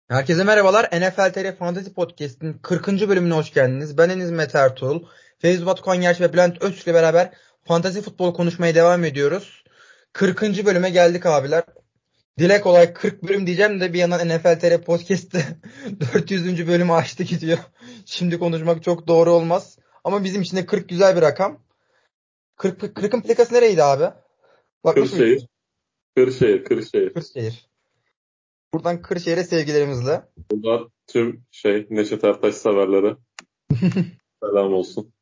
Herkese merhabalar. NFL TR Fantasy Podcast'in 40. bölümüne hoş geldiniz. Ben Enes Mete Ertuğrul, Feyz Batukan Yerç ve Bülent Öztürk ile beraber fantasy futbol konuşmaya devam ediyoruz. 40. bölüme geldik abiler. Dile kolay 40 bölüm diyeceğim de bir yandan NFL TR Podcast'te 400. bölümü aştı gidiyor. Şimdi konuşmak çok doğru olmaz. Ama bizim için de 40 güzel bir rakam. 40'ın plakası nereydi abi? Bakmış mıydın? Kırşehir, Kırşehir. Kırşehir. Buradan Kırşehir'e sevgilerimizle. Burada tüm Neşet Ertaş severlere selam olsun.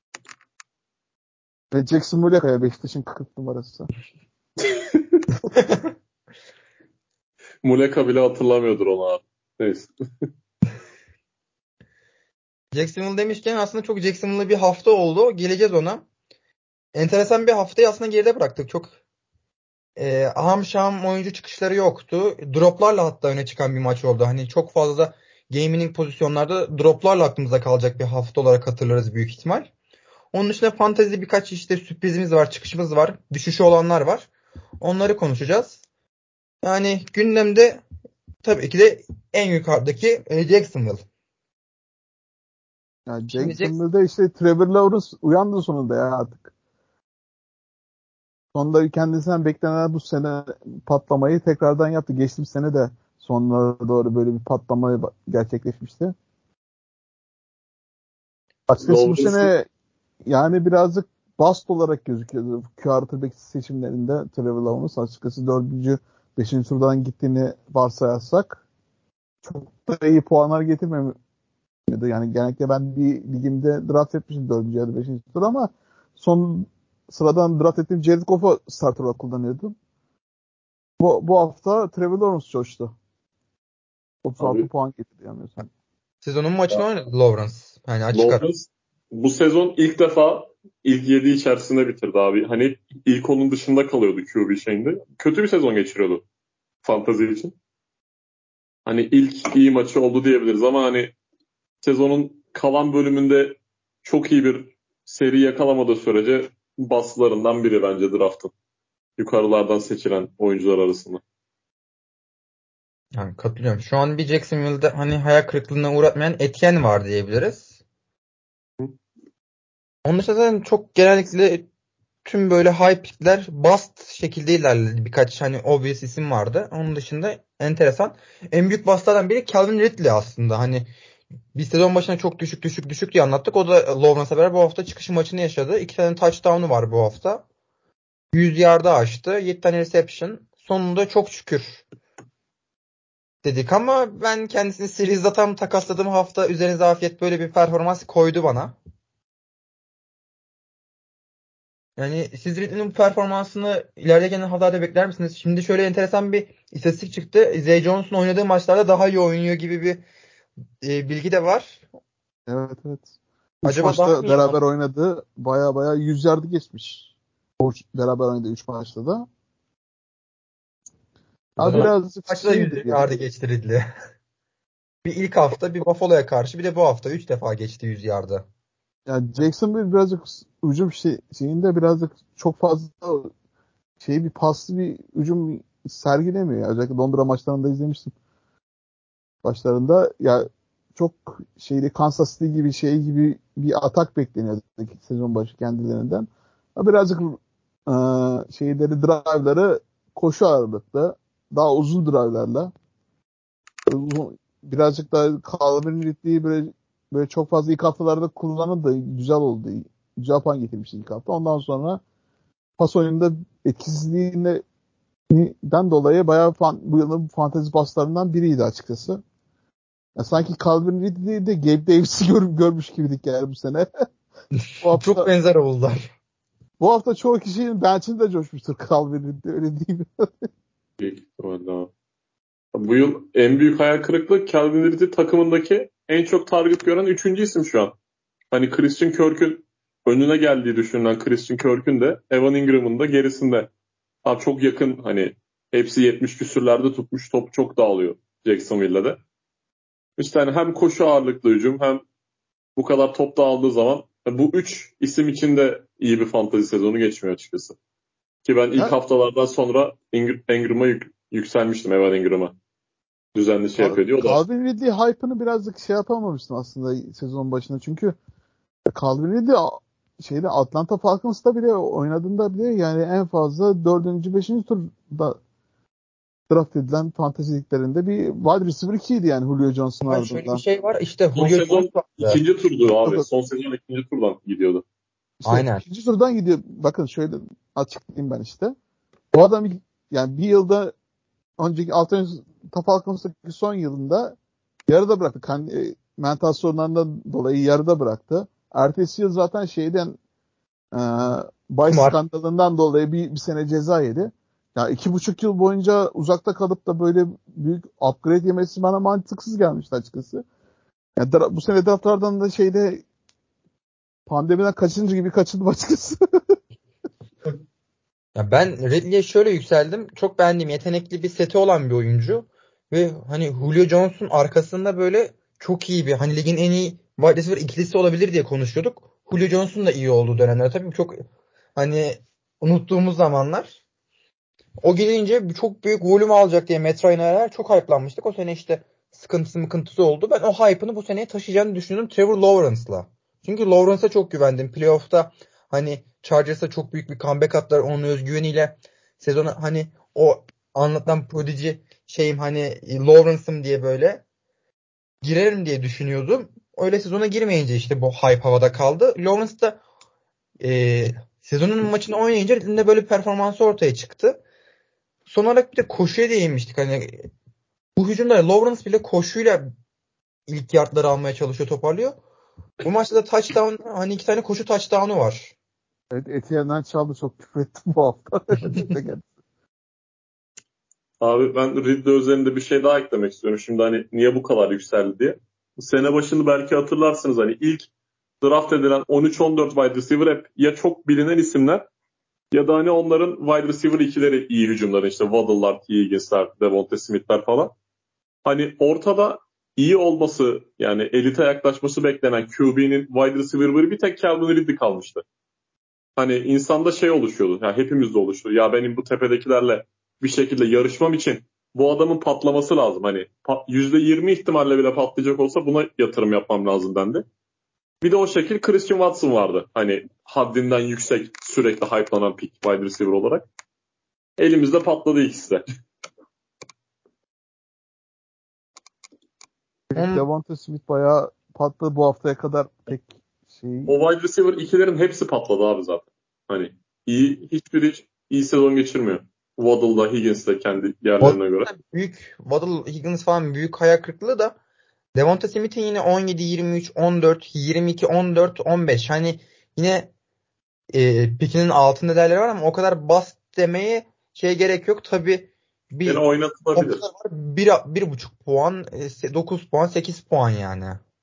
Ve Jackson Muleka'ya Beşiktaş'ın 40 numarası. Muleka bile hatırlamıyordur onu abi. Neyse. Jacksonville demişken aslında çok Jacksonville'lı bir hafta oldu. Geleceğiz ona. Enteresan bir haftayı aslında geride bıraktık. Çok aham şaham oyuncu çıkışları yoktu. Droplarla hatta öne çıkan bir maç oldu. Hani çok fazla da game winning pozisyonlarda droplarla aklımızda kalacak bir hafta olarak hatırlarız büyük ihtimal. Onun dışında fantezide birkaç işte sürprizimiz var, çıkışımız var, düşüşü olanlar var. Onları konuşacağız. Yani gündemde tabii ki de en yukarıdaki Jacksonville. Yani Şimdi Jackson Jacksonville'da işte Trevor Lawrence uyandı sonunda ya artık. Sonunda kendisinden beklenen bu sene patlamayı tekrardan yaptı. Geçtiğimiz sene de sonlara doğru böyle bir patlama gerçekleşmişti. Açıkçası bu Lawrence'ın sene yani birazcık bust olarak gözüküyordu. quarterback seçimlerinde Trevor Lawrence açıkçası 4. 5. turdan gittiğini varsayarsak çok da iyi puanlar getirmemiyordu. Yani genellikle ben bir ligimde draft etmişim 4. ya da 5. tur ama son sıradan draft ettiğim Jared Goff'u starter olarak kullanıyordum. Bu hafta Trevor Lawrence coştu. 36 abi puan getirdi yani sen. sezonun maçını ya, oynadı Lawrence. Yani açık ara. Lawrence bu sezon ilk defa ilk 7 içerisinde bitirdi abi. Hani ilk onun dışında kalıyordu QB şeyinde. Kötü bir sezon geçiriyordu fantazi için. Hani ilk iyi maçı oldu diyebiliriz ama hani sezonun kalan bölümünde çok iyi bir seri yakalamadığı sürece baslarından biri bence draft'ın. Yukarılardan seçilen oyuncular arasında. Yani katılıyorum. Şu an bir Jacksonville'de hani hayal kırıklığına uğratmayan etken var diyebiliriz. Onun dışında zaten çok genellikle tüm böyle high pickler bust şekilde ilerledi. Birkaç hani obvious isim vardı. Onun dışında enteresan. En büyük bustlardan biri Calvin Ridley aslında. Hani biz sezon başına çok düşük diye anlattık. O da Lawrence'la beraber bu hafta çıkışı maçını yaşadı. 2 tane touchdown'u var bu hafta. 100 yard'a aştı. 7 tane reception. Sonunda çok şükür dedik ama ben kendisini Series'de tam takasladığım hafta üzerine zafiyet böyle bir performans koydu bana. Yani siz Ridley'nin bu performansını ilerleyen haftalarda bekler misiniz? Şimdi şöyle enteresan bir istatistik çıktı. Zay Jones'un oynadığı maçlarda daha iyi oynuyor gibi bir bilgi de var. Evet, evet. 3 Acaba daha mı maçta iyi beraber oynuyor? oynadı. Baya 100 yardı geçmiş. Beraber oynadı 3 maçta da. O Abi zaman birazcık maçta 100 şeydir ya. yardı geçti Ridley. Bir ilk hafta bir Buffalo'ya karşı bir de bu hafta 3 defa geçti 100 yardı. Yani Jacksonville birazcık hücum şeyinde birazcık çok fazla bir paslı bir hücum sergilemiyor ya. Özellikle Londra maçlarında izlemiştim başlarında. Ya çok Kansas City gibi gibi bir atak bekleniyordu sezon başı kendilerinden. Ama birazcık drive'ları koşu ağırlıklı. Daha uzun drive'larla birazcık daha Calvin Ridley'i böyle çok fazla ilk haftalarda kullanıldı. Güzel oldu. Güzel puan getirmişti ilk hafta. Ondan sonra pas oyununda etkisizliğinden dolayı bayağı bu yılın fantezi paslarından biriydi açıkçası. Ya sanki Calvin Ridley'i de Gabe Davis'i görmüş gibiydik yani bu sene. Bu Çok hafta benzer oldular. bu hafta çoğu kişinin bench'inde coşmuştur Calvin Ridley öyle değil mi? Büyük ihtimalle abi. Bu yıl en büyük hayal kırıklığı Calvin Ridley takımındaki en çok target gören üçüncü isim şu an. Hani Christian Kirk'ün önüne geldiği düşünülen Christian Kirk'ün de Evan Ingram'ın da gerisinde. Abi çok yakın hani hepsi 70 küsürlerde tutmuş top çok dağılıyor Jacksonville'de de. İşte hani hem koşu ağırlıklı hücum hem bu kadar top dağıldığı zaman bu üç isim için de iyi bir fantezi sezonu geçmiyor açıkçası. Ki ben ilk Ya, haftalardan sonra Ingram'a yükselmiştim Evan Ingram'a. düzenli şey yapıyor diyor. O da Calvin Ridley hype'ını birazcık şey yapamamıştım aslında sezon başında. Çünkü Calvin Ridley Atlanta Falcons'ta bile oynadığında bile yani en fazla 4. 5. turda draft edilen fantasy liglerinde bir wide receiver 2'ydi yani Julio Jones'un Ama şöyle bir ardından. şey var. İşte son Julio sezon Jones vardı. ikinci turdu abi. Yok. Son sezon ikinci turdan gidiyordu. İşte Aynen. ikinci turdan gidiyor. Bakın şöyle açıklayayım ben işte. O adam yani bir yılda önceki Atlanta Falcons'taki son yılında yarıda bıraktı. Mental sorunlarından dolayı yarıda bıraktı. Ertesi yıl zaten e, bahis Smart. skandalından dolayı bir sene ceza yedi. Ya 2,5 yıl boyunca uzakta kalıp da böyle büyük upgrade yemesi bana mantıksız gelmişti açıkçası. Yani bu sene draftlardan da pandemiden kaçıncı gibi kaçındım açıkçası. Ya ben Ridley'e şöyle yükseldim. Çok beğendiğim yetenekli bir seti olan bir oyuncu. Ve hani Julio Jones'un arkasında böyle çok iyi bir hani ligin en iyi wide receiver ikilisi olabilir diye konuşuyorduk. Julio Jones'un da iyi olduğu dönemler tabii çok hani unuttuğumuz zamanlar. O gelince çok büyük volüm alacak diye Matt Ryan'a çok hype'lanmıştık. O sene işte sıkıntısı oldu. Ben o hype'ını bu seneye taşıyacağını düşünüyorum Trevor Lawrence'la. Çünkü Lawrence'a çok güvendim. Playoff'ta hani Chargers'a çok büyük bir comeback attılar. Onun özgüveniyle sezona hani o anlatan prodigy hani Lawrence'ım diye böyle girerim diye düşünüyordum. Öyle sezona girmeyince işte bu hype havada kaldı. Lawrence da sezonun maçını oynayınca elinde böyle bir performansı ortaya çıktı. Son olarak bir de koşuya değinmiştik. Hani bu hücumda Lawrence bile koşuyla ilk yardları almaya çalışıyor, toparlıyor. Bu maçta da touchdown hani 2 tane koşu touchdown'u var. Evet, Etienne'den çaldı, çok küfür ettim bu hafta. Abi ben Ridley üzerinde bir şey daha eklemek istiyorum. Şimdi hani niye bu kadar yükseldi diye. Sene başını belki hatırlarsınız, hani ilk draft edilen 13-14 wide receiver hep ya çok bilinen isimler ya da hani onların wide receiver ikileri iyi hücumları, işte Waddle'lar, T. Higgins'ler, Devonta Smith'ler falan. Hani ortada iyi olması, yani elite yaklaşması beklenen QB'nin wide receiver'ı bir tek Calvin Ridley kalmıştı. Hani insanda şey oluşuyordu. Yani hepimizde oluştu. Ya benim bu tepedekilerle bir şekilde yarışmam için bu adamın patlaması lazım. Hani %20 ihtimalle bile patlayacak olsa buna yatırım yapmam lazım dendi. Bir de o şekil Christian Watson vardı. Hani haddinden yüksek, sürekli hype'lanan pick wide receiver olarak. Elimizde patladı ikisi de. Devonta Smith bayağı patladı bu haftaya kadar, pek O wide receiver ikilerin hepsi patladı abi zaten. Hani hiçbiri iyi sezon geçirmiyor. Waddle'da, Higgins'de kendi yerlerine göre. Waddle, Higgins falan büyük hayal kırıklığı da Devonta Smith'in yine 17, 23, 14, 22, 14, 15. Hani yine pikinin altında değerleri var ama o kadar bast demeye gerek yok. Tabii Yine bir oynatılabilir. toplar var. 1,5 puan, 9 puan, 8 puan yani.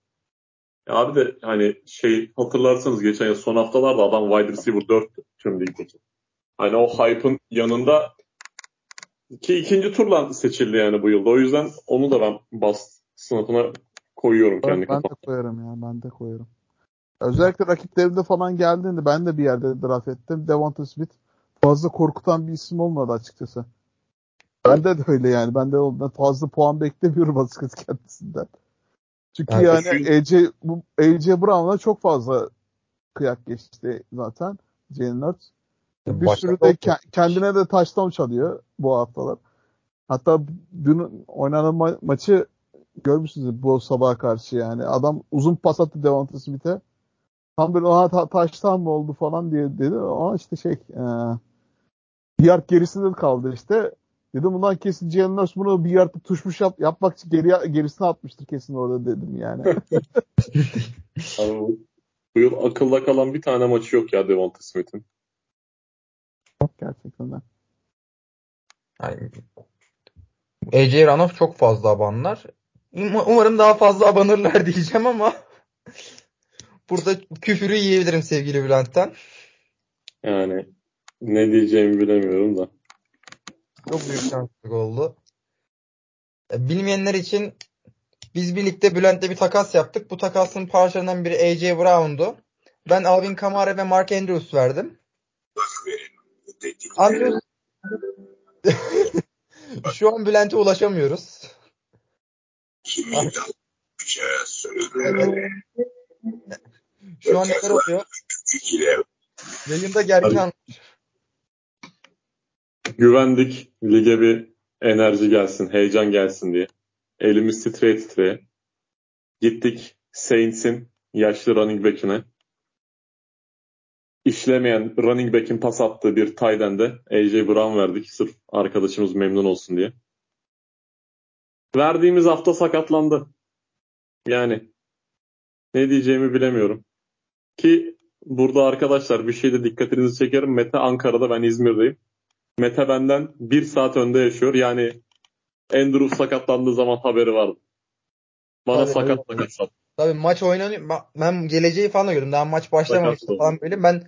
Abi de hani hatırlarsanız geçen yıl son haftalarda adam wide receiver 4'tü tüm ligdeki. Hani o hype'ın yanında ki ikinci turdan seçildi yani bu yılda. O yüzden onu da ben bast sınıfına koyuyorum kendi ben de kafamda. koyarım ya, ben de koyarım. Özellikle rakiplerinde falan geldiğinde ben de bir yerde draft ettim. Devonta Smith fazla korkutan bir isim olmadı açıkçası. Bende de öyle yani. Ben de ondan fazla puan beklemiyorum açıkçası kendisinden. Çünkü Yani yani A.J. Brown'la çok fazla kıyak geçti zaten Jalen Hurts. Bir başta sürü de kendine de touchdown çalıyor bu haftalar. Hatta dün oynanan maçı görmüşsünüz bu sabaha karşı yani. Adam uzun pas attı Devonta Smith'e. Tam böyle touchdown mı oldu falan diye dedi. Ama işte bir yard gerisinde kaldı işte. Dedim bundan kesin Jalen Hurts bunu bir yardta tuşmuş yapmak için gerisine atmıştır kesin orada dedim yani. Abi bu yıl akılda kalan bir tane maçı yok ya Devonta Smith'in. Gerçekten de. yani AJ Ranoff çok fazla abanlar. Umarım daha fazla abanırlar diyeceğim ama burada küfürü yiyebilirim sevgili Bülent'ten. Yani ne diyeceğimi bilemiyorum da. Çok büyük şanssızlık oldu. Bilmeyenler için biz birlikte Bülent'le bir takas yaptık. Bu takasın parçalarından biri AJ Brown'du. Ben Alvin Kamara ve Mark Andrews verdim. Andrews şu an Bülent'e ulaşamıyoruz. Şu an neler oluyor? Yayında gergin an. Güvendik lige bir enerji gelsin, heyecan gelsin diye. Elimiz titreye titreye. Gittik Saints'in yaşlı running back'ine. İşlemeyen running back'in pas attığı bir tight end'e A.J. Brown verdik. Sırf arkadaşımız memnun olsun diye. Verdiğimiz hafta sakatlandı. Yani ne diyeceğimi bilemiyorum. Ki burada arkadaşlar bir şeyde dikkatinizi çekerim. Mete Ankara'da, ben İzmir'deyim. Mete benden 1 saat önde yaşıyor. Yani Andrew sakatlandığı zaman haberi vardı. Bana Tabii, sakatlık sattı. Tabii maç oynanıyor. Ben geleceği falan da gördüm. Daha maç başlamamıştı Sakat falan böyle. Ben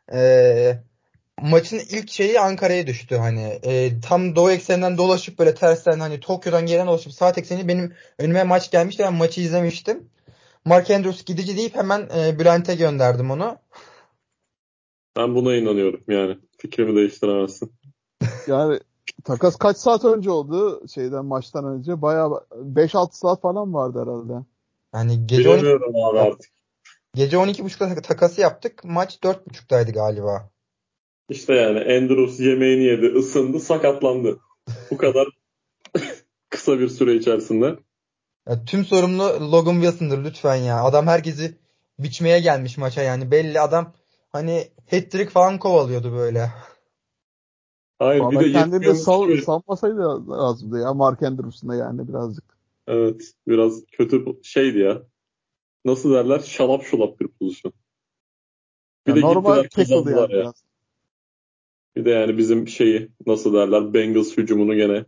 maçın ilk şeyi Ankara'ya düştü. Hani tam doğu ekseninden dolaşıp böyle tersten hani Tokyo'dan gelen dolaşıp saat ekseni benim önüme maç gelmişti. Ben maçı izlemiştim. Mark Andrews gidici deyip hemen Bülent'e gönderdim onu. Ben buna inanıyorum yani. Fikrimi değiştiremezsin. Yani takas kaç saat önce oldu maçtan önce? Bayağı 5-6 saat falan vardı herhalde. Yani gece 12 Bilemiyorum abi artık. gece 12.30'da takası yaptık. Maç 4.30'daydı galiba. İşte yani Andrews yemeğini yedi, ısındı, sakatlandı. Bu kadar kısa bir süre içerisinde. Ya, tüm sorumlu Logan Wilson'dır lütfen ya. Adam herkesi biçmeye gelmiş maça yani. Belli adam hani hat-trick falan kovalıyordu böyle. Hayır, bir Valla de kendini de yetmiyormuş gibi. salmasaydı lazımdı ya Mark Andrews'un da yani birazcık. Evet, biraz kötü şeydi ya. Nasıl derler? Şalap şulap bir pozisyon. Bir Ya de normal gittiler tackle kazandılar yani ya. biraz. Bir de yani bizim şeyi nasıl derler? Bengals hücumunu gene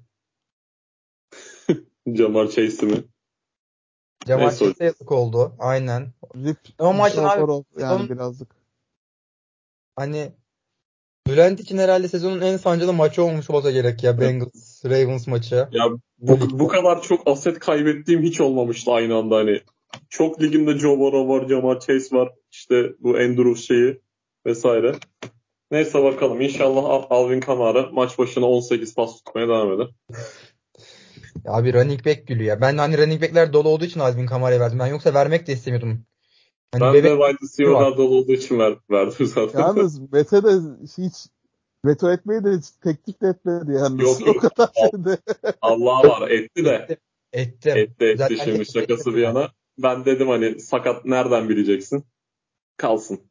Jamar Chase mi? Jamal Neyse hocam. Chase'e yazık oldu. Aynen. Rip Ama maçın Joe abi Burrow yani sezonun birazcık. hani Bülent için herhalde sezonun en sancılı maçı olmuş olsa gerek ya. Evet. Bengals Ravens maçı. Ya Bu bu ligde. kadar çok aset kaybettiğim hiç olmamıştı aynı anda hani. Çok ligimde Joe Burrow var, Jamar Chase var, işte bu Andrews şeyi vesaire. Neyse bakalım. İnşallah Alvin Kamara maç başına 18 pas tutmaya devam eder. Abi running back gülü ya. Ben de hani running backler dolu olduğu için Alvin Kamara'ya verdim. Ben yoksa vermek de istemiyordum. Hani Ben de bebek wide gibi var. receiver'lar dolu olduğu için verdim zaten. Yalnız Mete de hiç veto etmeyi de hiç teklif de etmedi yalnız. Yok O yok. kadar şeyde. Allah var etti de. Ettim. Ettim. Etti Zaten şimdi teklif şakası ettim bir yani. yana. Ben dedim hani sakat nereden bileceksin? Kalsın.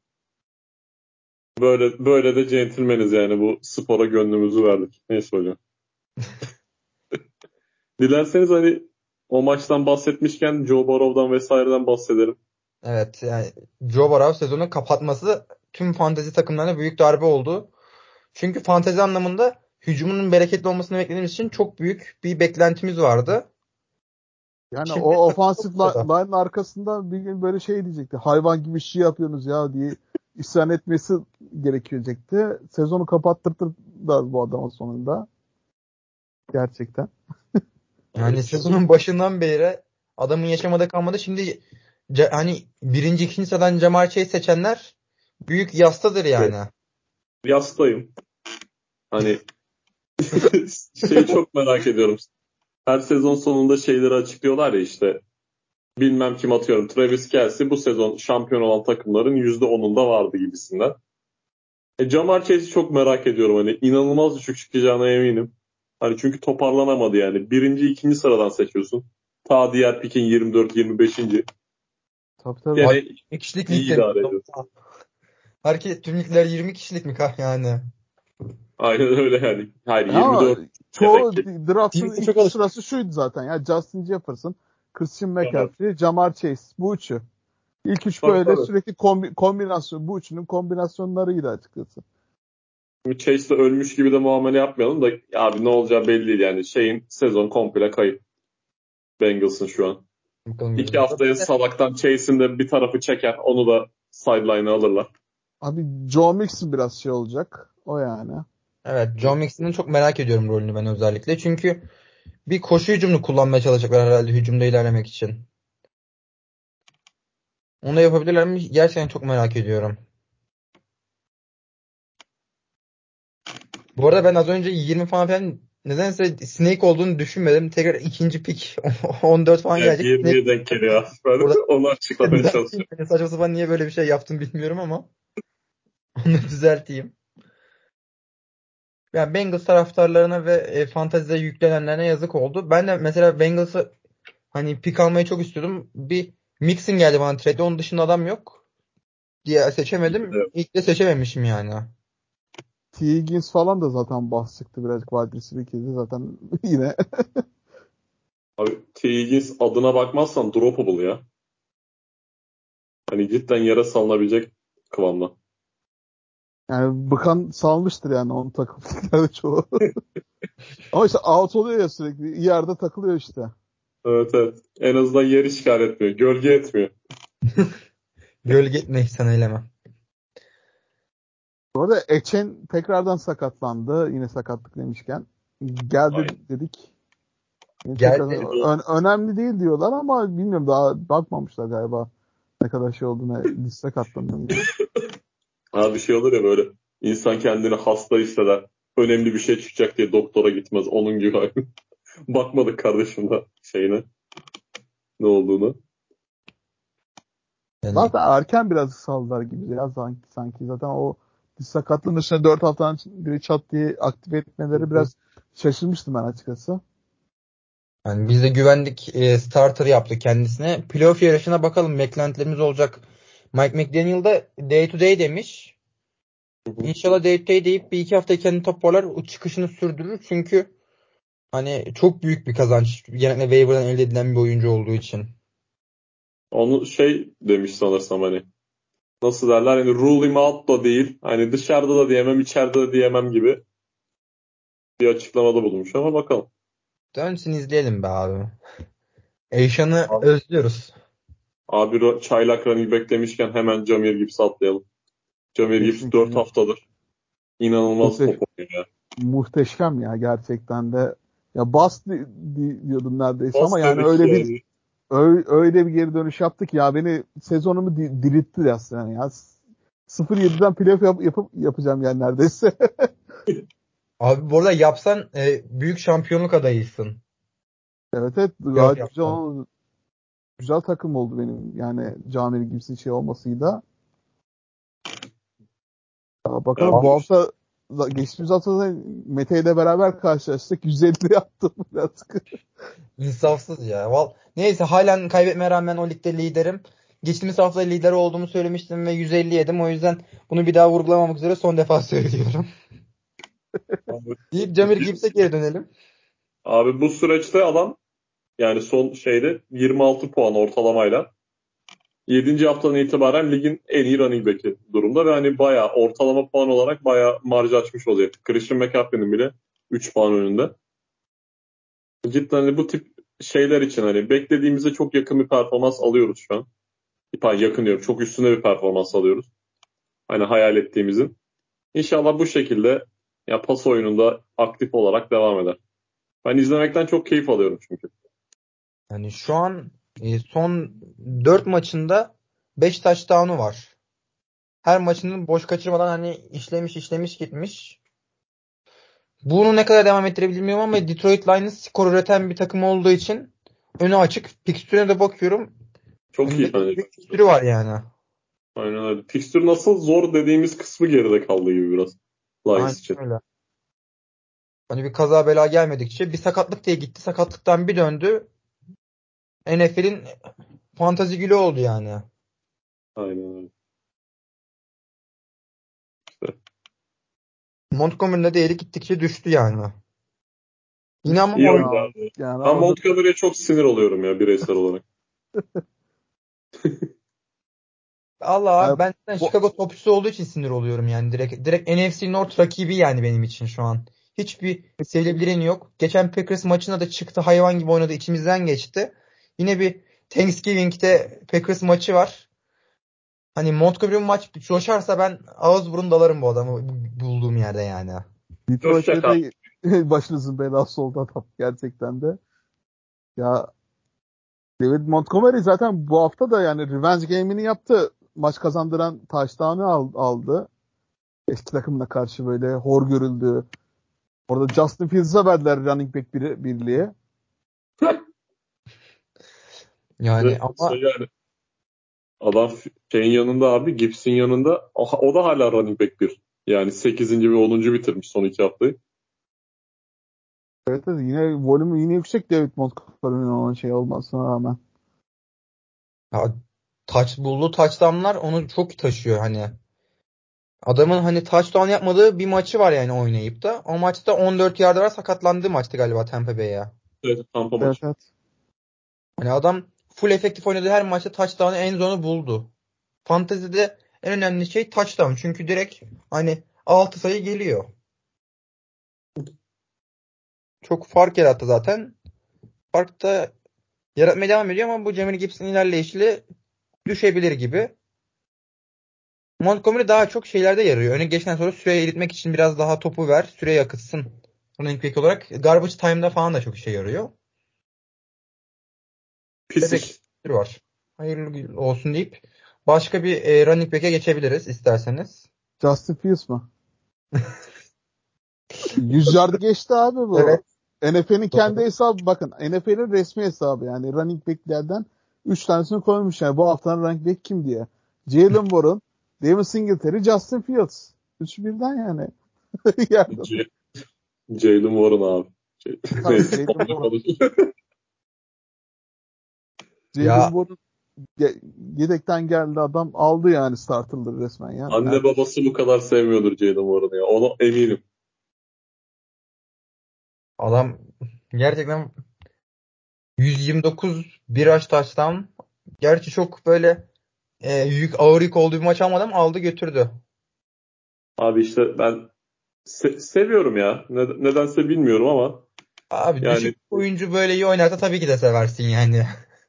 Böyle de centilmeniz yani, bu spora gönlümüzü verdik. Neyse hocam. Dilerseniz hani o maçtan bahsetmişken Joe Burrow'dan vesaireden bahsedelim. Evet yani Joe Burrow sezonu kapatması tüm fantezi takımlarına büyük darbe oldu. Çünkü fantezi anlamında hücumunun bereketli olmasını beklediğimiz için çok büyük bir beklentimiz vardı. Yani Şimdi o takım çok ofansif ortada. line'ın arkasından bir gün böyle şey diyecekti. Hayvan gibi şey yapıyorsunuz ya diye isyan etmesi gerekecekti. Sezonu kapattırdılar bu adamın sonunda. Gerçekten. Yani sezonun başından beri adamın yaşamadığı kalmadı. Şimdi hani birinci, ikinci sıradan Jamar Chase seçenler büyük yastadır Evet. yani. Yastayım. Hani şeyi çok merak ediyorum. Her sezon sonunda şeyleri açıklıyorlar ya, işte bilmem kim, atıyorum Travis Kelce bu sezon şampiyon olan takımların %10'unda vardı gibisinden. Jamar Chase'i çok merak ediyorum. Hani inanılmaz düşük çıkacağına eminim. Hani çünkü toparlanamadı yani. Birinci, ikinci sıradan seçiyorsun. Ta diğer pikin 24-25. Tabii tabii. Abi Gene 20 kişilik iyi ligde mi? idare ediyor. Herkes tüm ligler 20 kişilik mi yani? Aynen öyle yani. Hayır, Ama 24 demek çoğu ki. draftın Kimse ilk çok üç alışık. sırası şuydu zaten. Ya Justin Jefferson, Christian Evet. McCaffrey, Jamar Chase. Bu üçü. İlk üç Tabii böyle tabii. sürekli kombinasyon. Bu üçünün kombinasyonlarıydı açıkçası. Şimdi Chase'le ölmüş gibi de muamele yapmayalım da abi ne olacağı belli değil yani. Şeyin sezon komple kayıp. Bengals'ın şu an. Bakalım 2 göreceğiz. haftaya salaktan Chase'in de bir tarafı çeker. Onu da sideline'a alırlar. Abi Joe Mixon biraz şey olacak. O yani. Evet, John Mixon'ın çok merak ediyorum rolünü ben özellikle. Çünkü bir koşu hücumunu kullanmaya çalışacaklar herhalde hücumda ilerlemek için. Onu yapabilirler mi? Gerçekten çok merak ediyorum. Bu arada ben az önce 20 falan filan nedense Snake olduğunu düşünmedim. Tekrar ikinci pick 14 falan Yani gelecek. Snake 20'ye denk geliyor. Ben burada onu açıklamaya düzelteyim. çalışıyorum. Yani saçma sapan niye böyle bir şey yaptım bilmiyorum ama onu düzelteyim. Yani Bengals taraftarlarına ve fantezide yüklenenlerine yazık oldu. Ben de mesela Bengals'ı hani pick almayı çok istiyordum. Bir Mixon geldi bana trade. Onun dışında adam yok diye seçemedim. Evet. İlk de seçememişim yani. T. Higgins falan da zaten bahsetti birazcık wide receiver ikili zaten yine. Abi T. Higgins adına bakmazsan droppable ya. Hani cidden yere salınabilecek kıvamda. Yani bıkan salmıştır yani onun takımdakiler çoğu. Ama işte out oluyor ya sürekli. Yerde takılıyor işte. Evet evet. En azından yer işgal etmiyor. Gölge etmiyor. Gölge etme ihsan eyleme. Bu arada Echen tekrardan sakatlandı. Yine sakatlık demişken. Geldi Aynen. dedik. Yine tekrar Geldi. önemli değil diyorlar ama bilmiyorum daha bakmamışlar galiba. Ne kadar şey olduğuna diz sakatlanıyor diye. Ha bir şey olur ya böyle. İnsan kendini hasta hisseder. Önemli bir şey çıkacak diye doktora gitmez. Onun gibi. Bakmadık kardeşim da şeyine. Ne olduğunu. Yani Zaten erken biraz saldılar gibi ya sanki. Zaten o diz sakatlığının üstüne 4 haftadan biri çat diye aktive etmeleri biraz şaşırmıştım ben açıkçası. Yani biz de güvendik, starter yaptı kendisine. Playoff yarışına bakalım, beklentilerimiz olacak. Mike McDaniel da day to day demiş. Hı hı. İnşallah day to day deyip bir iki hafta kendini toparlar, o çıkışını sürdürür. Çünkü hani çok büyük bir kazanç. Genellikle waiver'dan elde edilen bir oyuncu olduğu için. Onu şey demiş sanırsam hani. Nasıl derler? Hani rule him out da değil. Hani dışarıda da diyemem, içeride de diyemem gibi bir açıklamada bulunmuş ama bakalım. Dönsün izleyelim be abi. Eyşan'ı Abi, özlüyoruz. çaylak running back demişken hemen Jahmyr Gibbs'i atlayalım. Jahmyr Gibbs 4 Kesinlikle. haftadır inanılmaz Muhteş- top oynuyor ya. muhteşem ya gerçekten de. Ya diyordum neredeyse ama Bas yani dedik yani. öyle bir geri dönüş yaptı ki ya beni sezonumu diriltti aslında ya. 0-7'den playoff yapacağım yani neredeyse. Abi bu arada yapsan büyük şampiyonluk adayısın. Evet evet Playoff gayet yapsan. güzel takım oldu benim. Yani Camiri Gibbs'in şey olmasıyla. Ya Ya bakalım bu bu hafta geçtiğimiz hafta da Mete ile beraber karşılaştık. 150 yaptım birazcık. İnsafsız ya. Neyse halen kaybetmeye rağmen o ligde liderim. Geçtiğimiz hafta lider olduğumu söylemiştim ve 150 yedim. O yüzden bunu bir daha vurgulamamak üzere son defa söylüyorum. abi, Deyip Jamir Gibbs'e Gibbs, geri dönelim. abi bu süreçte adam yani son şeyde 26 puan ortalamayla 7. haftadan itibaren ligin en iyi running back'i durumda ve hani bayağı ortalama puan olarak bayağı marjı açmış oluyor. Christian McCaffrey'nin bile 3 puan önünde. Cidden hani bu tip şeyler için hani beklediğimize çok yakın bir performans alıyoruz şu an. Yakın diyorum. Çok üstüne bir performans alıyoruz. Hani hayal ettiğimizin. İnşallah bu şekilde ya pas oyununda aktif olarak devam eder. Ben izlemekten çok keyif alıyorum çünkü. Yani şu an son 4 maçında 5 touchdown'u var. Her maçını boş kaçırmadan hani işlemiş gitmiş. Bunu ne kadar devam ettirebilir bilmiyorum ama Detroit Lions skor üreten bir takım olduğu için önü açık. Fikstürüne de bakıyorum. Çok iyi Önünde hani. bir fikstürü var yani. Aynen öyle. Fixture nasıl zor dediğimiz kısmı geride kaldı gibi biraz. Aynen Lions için. öyle. Hani bir kaza bela gelmedikçe bir sakatlık diye gitti. Sakatlıktan bir döndü. NFL'in fantazi gülü oldu yani. Aynen öyle. İşte. Montgomery'nin de değeri gittikçe düştü yani. Yine ama İyi oyuncu Ya, abi. yani Ben orada Montgomery'e çok sinir oluyorum ya bireysel olarak. Allah yani, abi ben zaten bu, Chicago topçusu olduğu için sinir oluyorum yani. Direkt NFC North rakibi yani benim için şu an. Hiçbir sevilebilirliği yok. Geçen Packers maçına da çıktı, hayvan gibi oynadı, içimizden geçti. Yine bir Thanksgiving'de Packers maçı var. Hani Montgomery maç coşarsa ben ağız burun dalarım bu adamı bulduğum yerde yani. Coşacak Detroit'te abi. de başınızın belası oldu adam gerçekten de. Ya David Montgomery zaten bu hafta da yani revenge game'ini yaptı. Maç kazandıran touchdown'ı aldı. Eski takımına karşı böyle hor görüldü. Orada Justin Fields'a verdiler running back birliği. Yani ama Yani adam şeyin yanında abi, Gibbs'in yanında, o da hala running back bir. Yani 8. ve 10. bitirmiş son 2 haftayı. Evet, yine volümü yine yüksek David Montgomery'nin olan şey olmasına rağmen. ya, bulduğu touchdown'lar onu çok taşıyor hani. Adamın hani touchdown yapmadığı bir maçı var yani oynayıp da. O maçta 14 yardı var, sakatlandığı maçtı galiba Tampa Bay'e. Evet, Tampa Evet, maçı. evet. Hani adam full efektif oynadığı her maçta touchdown'ı, end zone'u buldu. Fantezide en önemli şey touchdown. Çünkü direkt hani 6 sayı geliyor. Çok fark yarattı zaten. Fark da yaratmaya devam ediyor ama bu Jahmyr Gibbs'in ilerleyişiyle düşebilir gibi. Montgomery daha çok şeylerde yarıyor. Öne geçten sonra süreyi eritmek için biraz daha topu ver. Süreyi akıtsın. Running back olarak garbage time'da falan da çok işe yarıyor. Pis. Bebekleri var. Hayırlı olsun deyip başka bir running back'e geçebiliriz isterseniz. Justin Fields mı? 100 yardı geçti abi bu. Evet. NFL'in kendi Doğru. hesabı, bakın NFL'in resmi hesabı, yani running back'lerden 3 tanesini koymuş yani bu haftanın running back kim diye. Jalen Warren, Devin Singletary, Justin Fields. Üçü birden yani. Yerde. C- Jalen Warren abi. Tabii Neyse. Jalen Warren. Jalen Ya Warren yedekten geldi, adam aldı yani starterları resmen ya. Anne babası bu kadar sevmiyordur Jalen Warren'ı ya. Ona eminim. adam gerçekten 129 bir rush touchdown. Gerçi çok böyle ağır yük olduğu bir maç almadı ama aldı götürdü. Abi işte ben seviyorum ya. Nedense bilmiyorum ama Abi yani düşük oyuncu böyle iyi oynarsa tabii ki de seversin yani.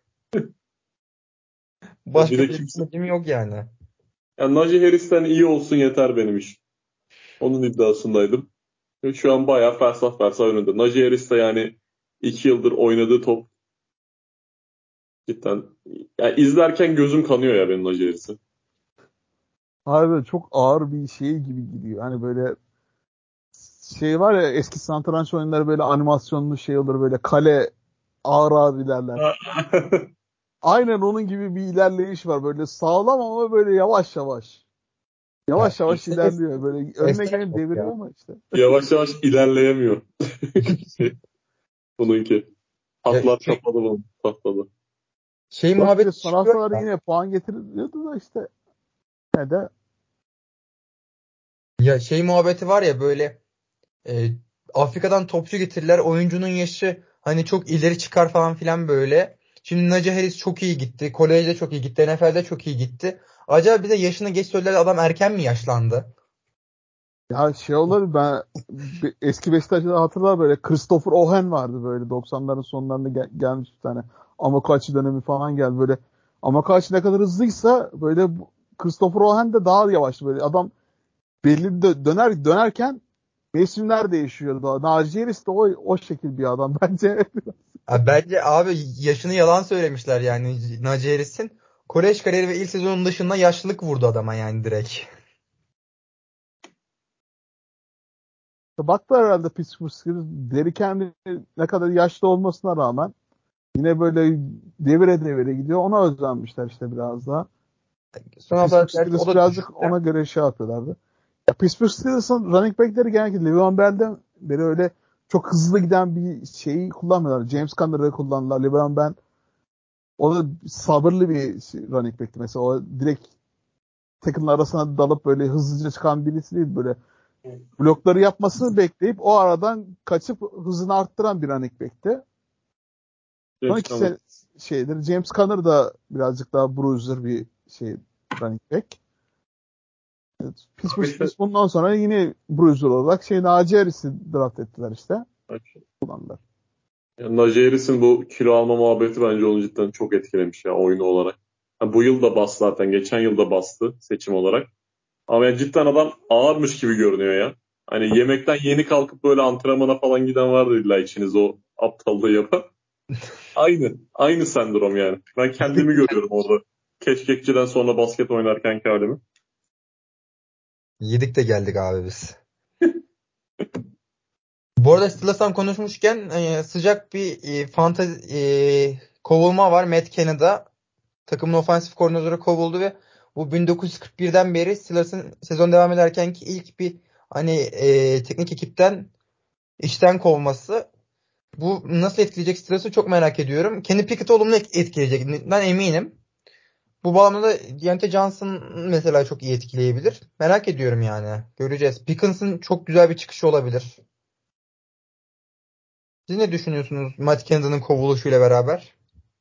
bir Başka de bir kimse, düşüncem yok yani. yani Najee Harris'ten iyi olsun yeter benim iş. Onun iddiasındaydım. Ve şu an bayağı fersah fersah önünde. Najee Harris de yani 2 yıldır oynadığı top cidden, yani izlerken gözüm kanıyor ya benim Najee Harris'i. Abi çok ağır bir şey gibi gidiyor. Hani böyle şey var ya, eski satranç oyunları böyle animasyonlu şey olur, böyle kale ağır ağır ilerler. Aynen onun gibi bir ilerleyiş var. Böyle sağlam ama böyle yavaş yavaş. Ya, Yavaş yavaş esnek, ilerliyor. Böyle önüne esnek geleni çok deviriyor ya. ama işte. Yavaş yavaş ilerleyemiyor. Bununki. Ya, Patlar çatladı bunun. Patladı. şey Yok, bir de muhabbet son çıkıyor haftaları ya. yine puan getiriyordu da işte. Ne de Ya şey muhabbeti var ya böyle e, Afrika'dan topçu getirirler. Oyuncunun yaşı hani çok ileri çıkar falan filan böyle. Şimdi Najee Harris çok iyi gitti. Kolejde çok iyi gitti. NFL'de çok iyi gitti. Acaba bize yaşını geç söylediler, adam erken mi yaşlandı? ya şey olur, ben eski Beşiktaş'ta hatırlar, böyle Christopher Ohen vardı, böyle 90'ların sonlarında gelmiş bir tane. Amokachi dönemi falan geldi böyle. Amokachi ne kadar hızlıysa böyle Christopher Ohen de daha yavaş, böyle adam belli dönerken mevsimler değişiyor da. Najee Harris de o şekil bir adam bence. Ha, bence abi yaşını yalan söylemişler yani Najee Harris'in. Kolej kariyeri ve ilk sezonun dışında yaşlılık vurdu adama yani direkt. Baktılar herhalde Pittsburgh Steelers, Derrick Henry ne kadar yaşlı olmasına rağmen yine böyle devire devire gidiyor. Ona özenmişler işte biraz daha. Son hafta Pittsburgh gerçi o Steelers da birazcık düştü. ona göre şey yapıyorlardı. Ya Pittsburgh Steelers'ın running back'leri genellikle Le'Veon Bell'den beri öyle çok hızlı giden bir şeyi kullanmıyorlar. James Conner'ı kullandılar. Le'Veon Bell, o da sabırlı bir running back'ti mesela. O direkt tackle'ın arasına dalıp böyle hızlıca çıkan birisi değil. Böyle blokları yapmasını bekleyip o aradan kaçıp hızını arttıran bir running back'ti. Son James iki Conner. şeydir. James Conner da birazcık daha bruiser bir şey, running back. Evet, Abi Pittsburgh işte Steelers bundan sonra yine bruiser olarak Najee Harris'i draft ettiler işte. Kullandılar. yani Najee Harris'in bu kilo alma muhabbeti bence onu cidden çok etkilemiş ya oyunu olarak. Ha, bu yıl da bastı zaten. Geçen yıl da bastı seçim olarak. Ama yani cidden adam ağırmış gibi görünüyor ya. Hani yemekten yeni kalkıp böyle antrenmana falan giden vardı illa içiniz o aptallığı yapan. Aynı. Aynı sendrom yani. Ben kendimi görüyorum orada. Keşkekçiden sonra basket oynarkenki halimi. Yedik de geldik abi biz. Bu arada Steelers'tan konuşmuşken sıcak bir fantezi kovulma var. Matt Canada takımın ofansif koordinatörü kovuldu ve bu 1941'den beri Steelers'ın sezon devam ederkenki ilk bir hani teknik ekipten işten kovulması. Bu nasıl etkileyecek Steelers'ı çok merak ediyorum. Kenny Pickett'i olumlu etkileyecek. Ben eminim. Bu bağlamda da Deontay Johnson mesela çok iyi etkileyebilir. Merak ediyorum yani. Göreceğiz. Pickens'ın çok güzel bir çıkışı olabilir. Siz ne düşünüyorsunuz Matt Canada'nın kovuluşuyla beraber?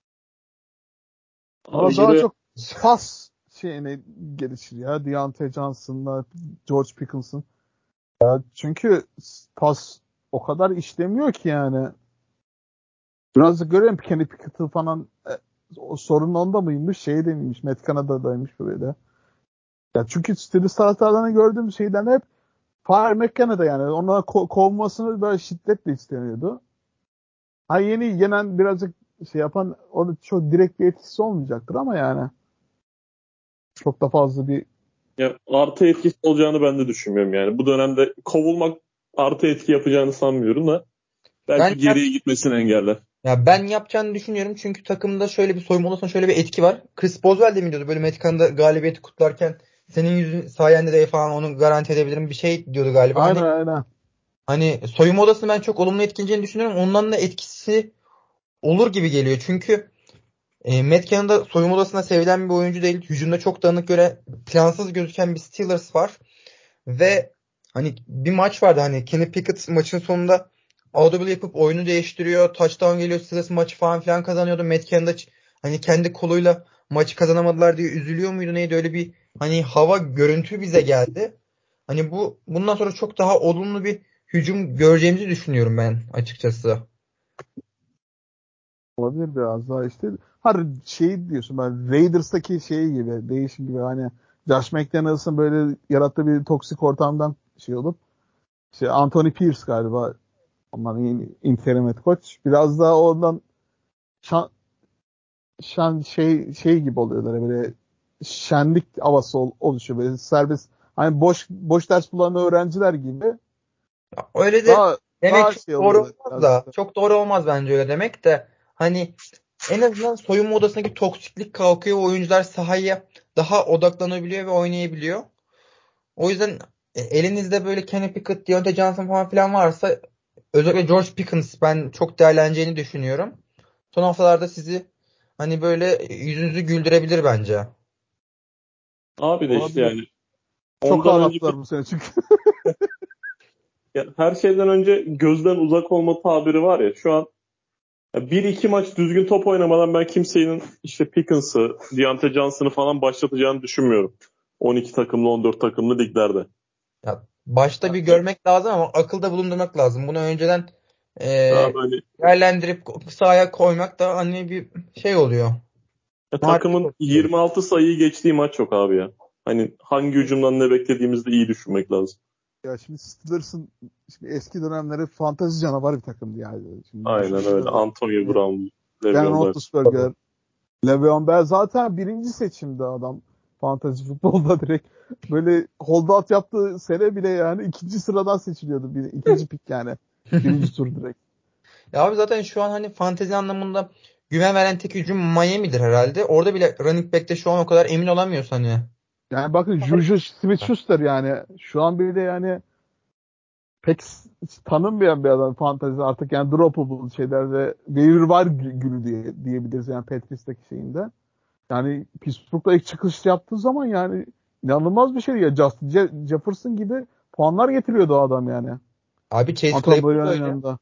Ama Abi daha buraya çok pas şeyine gelişir ya. Deontay Johnson'la George Pickens'ın. Çünkü pas o kadar işlemiyor ki yani. Biraz da görelim Kenny Pickett'ı falan o sorun onda mıymış? Şey de miymiş? Matt Canada'daymış böyle. Ya çünkü Steelers taraftarlarına gördüğüm şeyden hep Fire McKenna yani. Onlara kovmasını böyle şiddetle isteniyordu. Ha yenen birazcık şey yapan o da çok direkt bir etkisi olmayacaktır ama yani çok da fazla bir ya, artı etkisi olacağını ben de düşünmüyorum yani. Bu dönemde kovulmak artı etki yapacağını sanmıyorum da Ben belki geriye gitmesini engeller. ben yapacağını düşünüyorum çünkü takımda şöyle bir soyunma odasında şöyle bir etki var. Chris Boswell de mi diyordu böyle Mexikan'da galibiyeti kutlarken senin yüzün sayende de falan onu garanti edebilirim bir şey diyordu galiba. aynen aynen. Hani soyunma odasını ben çok olumlu etkileyeceğini düşünüyorum. Ondan da etkisi olur gibi geliyor. Çünkü Matt Canada soyunma odasında sevilen bir oyuncu değil. Hücumda çok dağınık göre plansız gözüken bir Steelers var. Ve hani bir maç vardı hani Kenny Pickett maçın sonunda audible yapıp oyunu değiştiriyor. Touchdown geliyor. Steelers maçı falan filan kazanıyordu. Matt Canada hani kendi koluyla maçı kazanamadılar diye üzülüyor muydu neydi öyle bir hani hava görüntü bize geldi. Hani bundan sonra çok daha olumlu bir hücum göreceğimizi düşünüyorum ben açıkçası. Olabilir biraz daha işte. Har şey diyorsun ben Raiders'taki şey gibi değişim gibi hani Josh McDaniels'ın böyle yarattığı bir toksik ortamdan şey olup işte Anthony Pierce galiba onların yeni interim head coach. Biraz daha ondan şan, şey gibi oluyorlar böyle şenlik havası oluşuyor böyle serbest hani boş ders bulan öğrenciler gibi Öyle de daha demek daha çok şey doğru oluyorlar olmaz biraz da. da. Çok doğru olmaz bence öyle demek de. Hani en azından soyunma odasındaki toksiklik kalkıyor. Oyuncular sahaya daha odaklanabiliyor ve oynayabiliyor. O yüzden elinizde böyle Kenny Pickett, Deontay Johnson falan filan varsa özellikle George Pickens ben çok değerleneceğini düşünüyorum. Son haftalarda sizi hani böyle yüzünüzü güldürebilir bence. Abi de işte Olabilir. yani Çok ondan önce ağlattılar bu sene çünkü. ya her şeyden önce gözden uzak olma tabiri var ya şu an ya bir iki maç düzgün top oynamadan ben kimsenin işte Pickens'ı, Deontay Johnson'ı falan başlatacağını düşünmüyorum. 12 takımlı 14 takımlı liglerde. Ya başta bir Yani görmek lazım ama akılda bulundurmak lazım. Bunu önceden daha e, böyle değerlendirip sahaya koymak da hani bir şey oluyor. Marifet takımın oluyor. 26 sayıyı geçtiği maç yok abi ya. Hani hangi hücumdan ne beklediğimizi de iyi düşünmek lazım. Ya şimdi Steelers'ın şimdi eski dönemleri fantezi canavarı bir takımdı yani. Şimdi Aynen öyle. düşünsene Antonio hani Brown, Ben Le'Veon Bell. Roethlisberger, Le'Veon Bell zaten birinci seçimde adam fantezi futbolda direkt böyle holdout yaptığı sene bile yani ikinci sıradan seçiliyordu. İkinci pik yani. Birinci tur direkt. Ya abi zaten şu an hani fantezi anlamında güven veren tek hücum Miami'dir herhalde. Orada bile running back'te şu an o kadar emin olamıyoruz hani. Yani bakın Juju Smith-Schuster yani şu an bile yani pek tanınmayan bir adam fantezi artık yani droppable şeylerde waiver var günü diyebiliriz yani Patrice'deki şeyinde. Yani Pittsburgh'da ilk çıkış yaptığı zaman yani inanılmaz bir şey ya. Justin Jefferson gibi puanlar getiriyordu o adam yani. Abi Chase Anton Claypool da Brown'un öyle. yanında.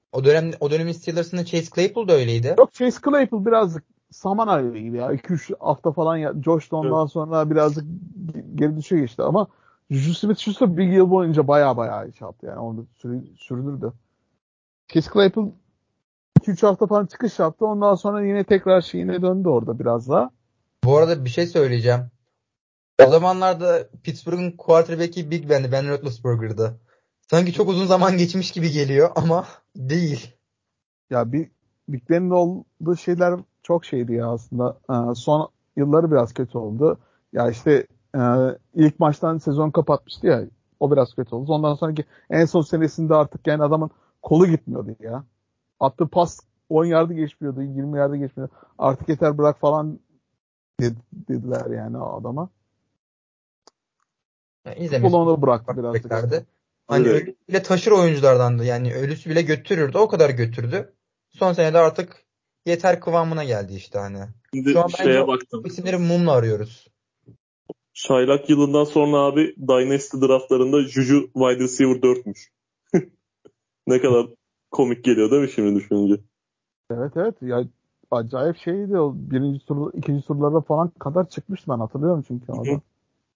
O dönemin Steelers'ında Chase Claypool da öyleydi. Yok Chase Claypool birazcık saman alevi gibi ya. 2-3 hafta falan coştu Evet. ondan sonra birazcık geri düşe geçti ama Juju Smith-Schuster bir yıl boyunca baya şey yaptı yani. Onu sürdürdü. Chase Claypool 2-3 hafta falan çıkış yaptı. Ondan sonra yine tekrar şeyine döndü orada biraz daha. Bu arada bir şey söyleyeceğim. O zamanlarda Pittsburgh'un quarterback'i Big Ben'di. Ben Roethlisberger'dı. Sanki çok uzun zaman geçmiş gibi geliyor ama değil. Ya Big Ben'in olduğu şeyler çok şeydi ya aslında. Son yılları biraz kötü oldu. Ya işte ilk maçtan sezon kapatmıştı ya O biraz kötü oldu. Ondan sonraki en son senesinde artık yani adamın kolu gitmiyordu ya. Attığı pas 10 yardı geçmiyordu, 20 yardı geçmiyordu. Artık yeter bırak falan dediler yani o adama. Yani Futbolu izlemesi onu bıraktı birazcık. beklerdi. Hani Öyle. ölüsü bile taşır oyunculardandı. Yani ölüsü bile götürürdü. O kadar götürdü. Son senede artık yeter kıvamına geldi işte hani. Şu Şimdi an bence şeye o baktım. isimleri mumla arıyoruz. Çaylak yılından sonra abi Dynasty draftlarında Juju wide receiver 4'müş. Ne kadar komik geliyor değil mi şimdi düşününce? Evet evet. Ya acayip şeydi o. Birinci tur, ikinci turlara falan kadar çıkmıştı ben hatırlıyorum çünkü o da.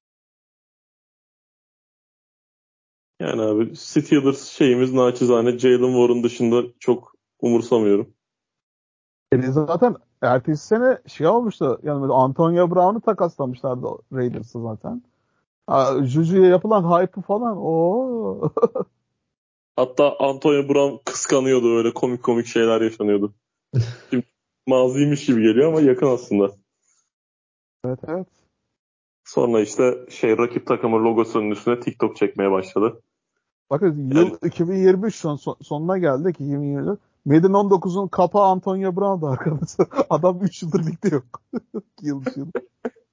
Yani abi Steelers şeyimiz naçizane Jalen Warren dışında çok umursamıyorum. Zaten ertesi sene şey olmuştu. Yani böyle Antonio Brown'u takaslamışlardı Raiders'a zaten. Juju'ya yapılan hype'ı falan. O Hatta Antonio Brown kıskanıyordu, öyle komik komik şeyler yaşanıyordu. Şimdi maziymiş gibi geliyor ama yakın aslında. Evet evet. Sonra işte rakip takımın logosunun üstüne TikTok çekmeye başladı. Bakın Yani yıl 2023 sonuna geldik. 2024. Madden 19'un kapağı Antonio Brown'du arkadaşlar. Adam 3 yıldır ligde yok. 2 yıl 3 yıl.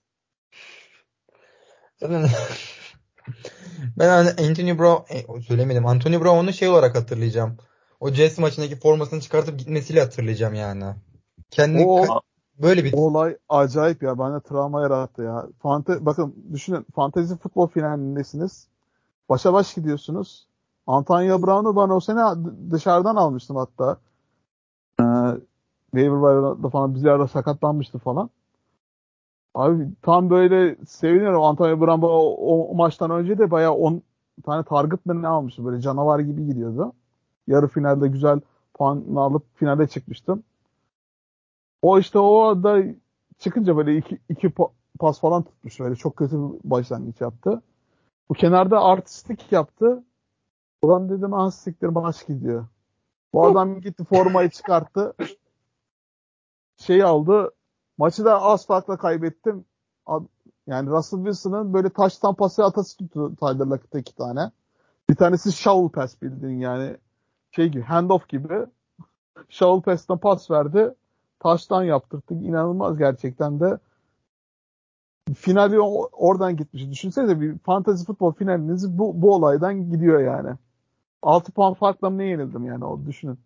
Zaten ben hani Anthony Brown söylemedim. Anthony Brown'u şey olarak hatırlayacağım. O Jazz maçındaki formasını çıkartıp gitmesiyle hatırlayacağım yani. Kendi O böyle bir olay acayip ya. Bana travma yarattı ya. Bakın düşünün. Fantezi futbol finalindesiniz. Başa baş gidiyorsunuz. Antonio Brown'u ben o sene dışarıdan almıştım hatta. Ee, Waiver wire'da falan bir ara sakatlanmıştı falan. Abi tam böyle seviniyorum. Antonio Brown o maçtan önce de bayağı 10 tane target mı ne almıştı. Böyle canavar gibi gidiyordu. Yarı finalde güzel puan alıp finale çıkmıştım. O işte o da çıkınca böyle iki pas falan tutmuş. Böyle çok kötü bir başlangıç yaptı. Bu kenarda artistik yaptı. Ulan dedim az siktir maç gidiyor. Bu adam gitti formayı çıkarttı. Şeyi aldı. Maçı da az farkla kaybettim. Yani Russell Wilson'ın böyle taştan pası atası tuttu Tyler Lockett'a 2 tane. Bir tanesi shovel pass bildiğin yani şey gibi handoff gibi. Shovel pass'tan pas verdi. Taştan yaptırdık. İnanılmaz gerçekten de. Finali oradan gitmiş. Düşünsene bir fantasy futbol finaliniz bu olaydan gidiyor yani. 6 puan farkla mı ne yenildim yani o düşünün.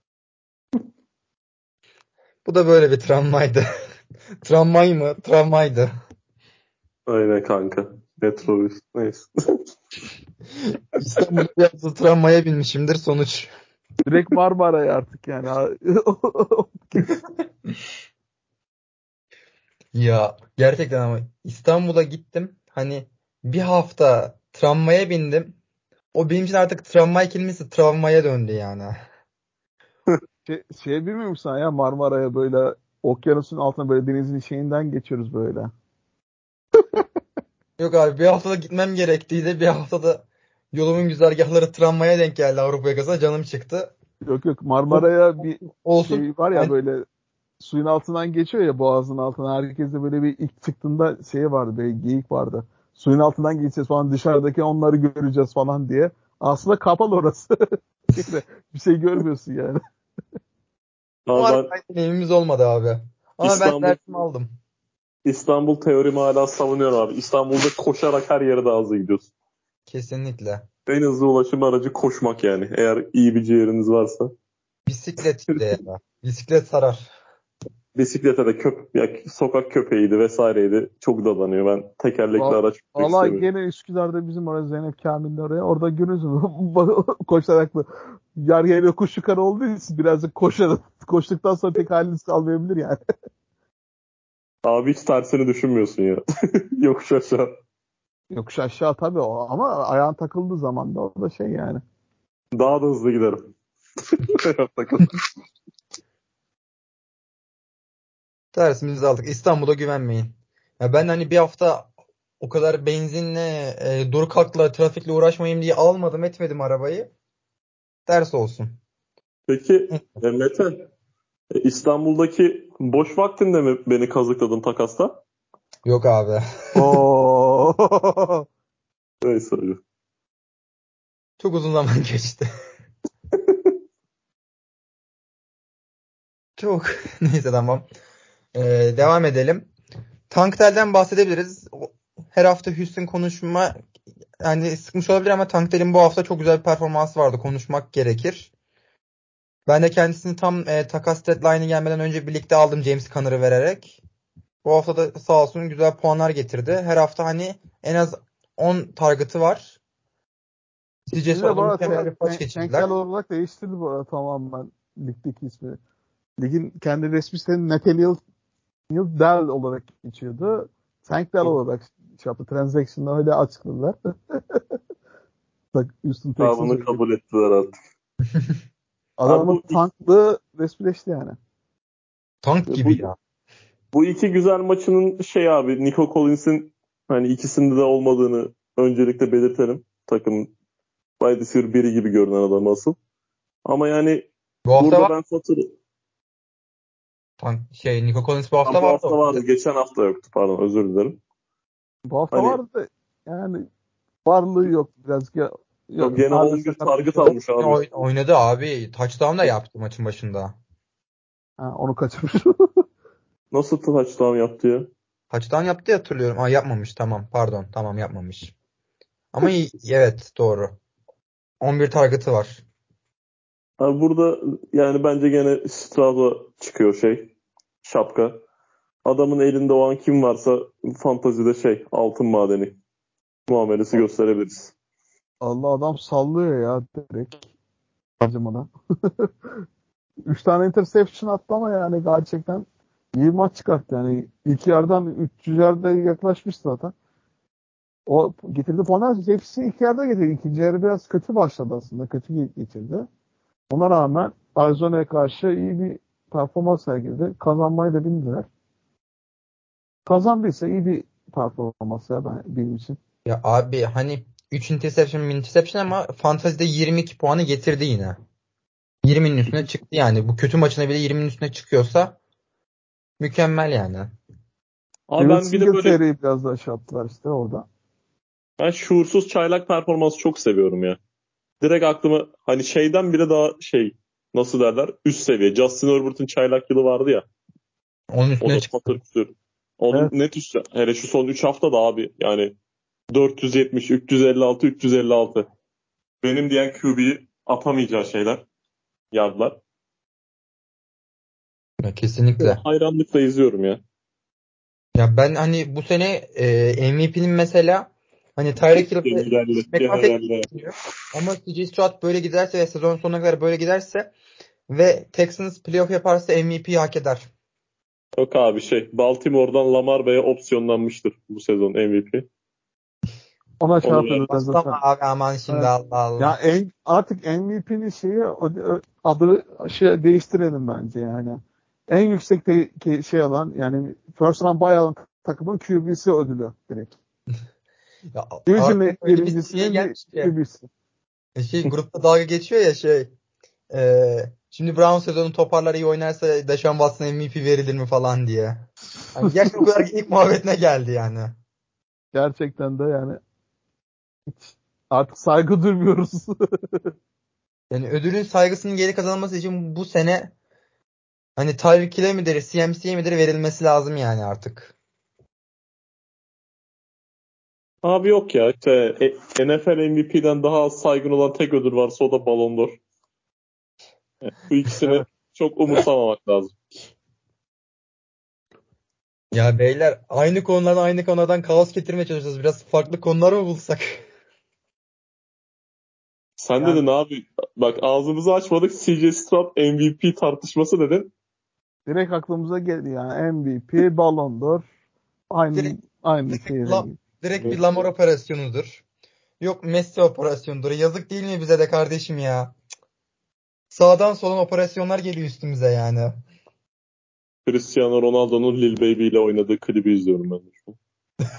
bu da böyle bir travmaydı. Travmay mı? Travmaydı. aynen kanka. Metrobüs. Neyse. İstanbul'da bir hafta travmaya binmişimdir sonuç. Direkt Marmara'ya artık yani. Ya gerçekten ama İstanbul'a gittim. Hani bir hafta tramvaya bindim. O benim için artık tramvay kelimesi travmaya döndü yani. Şey bilmiyor musun ya Marmara'ya böyle okyanusun altına böyle denizin şeyinden geçiyoruz böyle. Yok abi bir haftada gitmem gerektiydi. Bir haftada yolumun güzergahları tramvaya denk geldi Avrupa yakasına. Canım çıktı. Yok yok Marmara'ya bir Olsun. şey var ya Yani böyle suyun altından geçiyor ya boğazın altına. Herkese böyle bir ilk çıktığında şey vardı böyle geyik vardı. Suyun altından geçeceğiz falan dışarıdaki onları göreceğiz falan diye. Aslında kapalı orası. Şeyde, bir şey görmüyorsun yani. o Abi ben arada deneyimimiz olmadı abi. Ama ben İstanbul dersimi aldım. İstanbul teorimi hala savunuyorum abi. İstanbul'da koşarak her yere daha hızlı gidiyorsun. Kesinlikle. En hızlı ulaşım aracı koşmak yani. Eğer iyi bir ciğeriniz varsa. Bisiklet işte ya. Bisiklet sarar. Bisiklete de ya, sokak köpeğiydi vesaireydi. Çok dadanıyor. Ben tekerlekli araç sürmek Valla istemiyorum. gene Üsküdar'da bizim oraya Zeynep Kamil'in oraya. Orada görürsün koşarak mı. Yer yer yokuş yukarı olduğu için birazcık koşarız. Koştuktan sonra pek haliniz kalmayabilir yani. Abi hiç tersini düşünmüyorsun ya. Yokuş aşağı. Yokuş aşağı tabii o ama ayağın takıldığı zaman da o da şey yani. Daha da hızlı giderim. Dersimizi aldık. İstanbul'a güvenmeyin. Ya ben hani bir hafta o kadar benzinle, dur kalkla, trafikle uğraşmayayım diye almadım etmedim arabayı. Ders olsun. Peki Mete, İstanbul'daki boş vaktinde mi beni kazıkladın takasta? Yok abi. Oo. Neyse. Çok uzun zaman geçti. Çok. Neyse tamam. Devam edelim. Tanktel'den bahsedebiliriz. Her hafta Houston konuşma yani sıkmış olabilir ama Tanktel'in bu hafta çok güzel bir performansı vardı. Konuşmak gerekir. Ben de kendisini tam takas deadline'ı gelmeden önce birlikte aldım James Conner'ı vererek. Bu hafta da sağ olsun güzel puanlar getirdi. Her hafta hani en az 10 target'ı var. CJ İsmini de bu Stroud'la mükemmel arada bir maç Tank geçirdiler. olarak değiştirdi bu arada tamamen ligdeki ismi. Ligin kendi resmi sitesinin Nathaniel Dell olarak geçiyordu. Tank Dell olarak şey yaptı. Transaction'da öyle açıkladılar. Bak Houston Texans Kitabını öyle. kabul ettiler artık. Abi Adamın tanklığı resmileşti yani. Tank gibi bu ya. bu iki güzel maçının şey abi Nico Collins'in hani ikisinde de olmadığını öncelikle belirtelim. Takım wide receiver biri gibi görünen adam asıl. Ama yani Bu hafta burada var. ben Satır'ı Nico Collins bu hafta bu vardı. hafta vardı. Geçen hafta yoktu. Pardon özür dilerim. Bu hafta Hani vardı da yani varlığı yok birazcık ya. yok, gene Hala 11 target sakatlaşıyor. almış abi. Oynadı abi. Touchdown da yaptı maçın başında. Ha, onu kaçırmış. Nasıl touchdown yaptı ya? Touchdown yaptı ya hatırlıyorum. Yapmamış. Tamam. Pardon. Tamam yapmamış. Ama evet doğru. 11 target'ı var. Abi burada yani bence gene Stroud'a çıkıyor şapka. Adamın elinde o an kim varsa fantazide altın madeni muamelesi gösterebiliriz. Allah adam sallıyor ya direkt. Acımına. 3 tane interception attı ama yani gerçekten iyi maç çıkarttı. Yani ilk yarıdan 300 yarda yaklaşmış zaten. O getirdi puanlar hepsi ilk yarıda getirdi. İkinci yarı biraz kötü başladı aslında. Kötü getirdi. Ona rağmen Arizona'ya karşı iyi bir performans sergiledi. Kazanmayı da bildiler. Kazandıysa iyi bir performans ya benim için. Ya abi hani 3 interception ama fantazide 22 puanı getirdi yine. 20'nin üstüne çıktı yani. Bu kötü maçına bile 20'nin üstüne çıkıyorsa mükemmel yani. Abi David ben bir de böyle Singletary'i biraz daha şey yaptılar işte orada. ben şuursuz çaylak performansı çok seviyorum ya. Direkt aklıma hani şeyden bile daha nasıl derler üst seviye. Justin Herbert'ın çaylak yılı vardı ya. Onun O üstüne da çıktı. patır kütür. Onun Evet. net üstü. Hele şu son 3 hafta da abi yani 470, 356, 356. Benim diyen QB'yi atamayacağı yardılar. Ya kesinlikle. Hayranlıkla izliyorum ya. Ya ben hani bu sene MVP'nin mesela hani Tyreek Hill ve Genelde, McCaffrey genelde. ama CJ Stroud böyle giderse ve sezon sonuna kadar böyle giderse ve Texans playoff yaparsa MVP'yi hak eder. Yok abi Baltimore'dan Lamar Bey'e opsiyonlanmıştır bu sezon MVP. Ona şey Onu yapıyorlar vermez. Başlama zaten. abi aman şimdi Evet. Allah Ya Allah. artık MVP'nin adı değiştirelim bence yani. En yüksek şey alan yani first round buy alan takımın QB'si ödülü direkt. Ya Division artık öyle bir seviyeye birincisinin bir gelmiş ki. QB'si. Grupta dalga geçiyor ya şimdi Brown sezonu toparlar iyi oynarsa Deshaun Watson'a MVP verilir mi falan diye. Hani gerçekten o kadar ilk muhabbetine geldi yani. Gerçekten de yani hiç artık saygı duymuyoruz. Yani ödülün saygısının geri kazanılması için bu sene hani Tyreek Hill'e midir, CMC'ye midir verilmesi lazım yani artık. Abi yok ya NFL MVP'den daha az saygın olan tek ödül varsa o da Ballon d'Or. Bu ikisini Evet. çok umursamamak lazım. Ya beyler aynı konulardan aynı konudan kaos getirmeye çalışıyoruz. Biraz farklı konular mı bulsak? Sen Yani dedin abi bak ağzımızı açmadık CJ Stroud MVP tartışması dedin. direkt aklımıza geldi yani MVP, Ballon d'Or aynı Direkt, aynı direkt, şeyle. la- direkt bir Lamar operasyonudur. Yok Messi operasyonudur. Yazık değil mi bize de kardeşim ya? Sağdan solun operasyonlar geliyor üstümüze yani. Cristiano Ronaldo'nun Lil Baby ile oynadığı klibi izliyorum ben de şu an.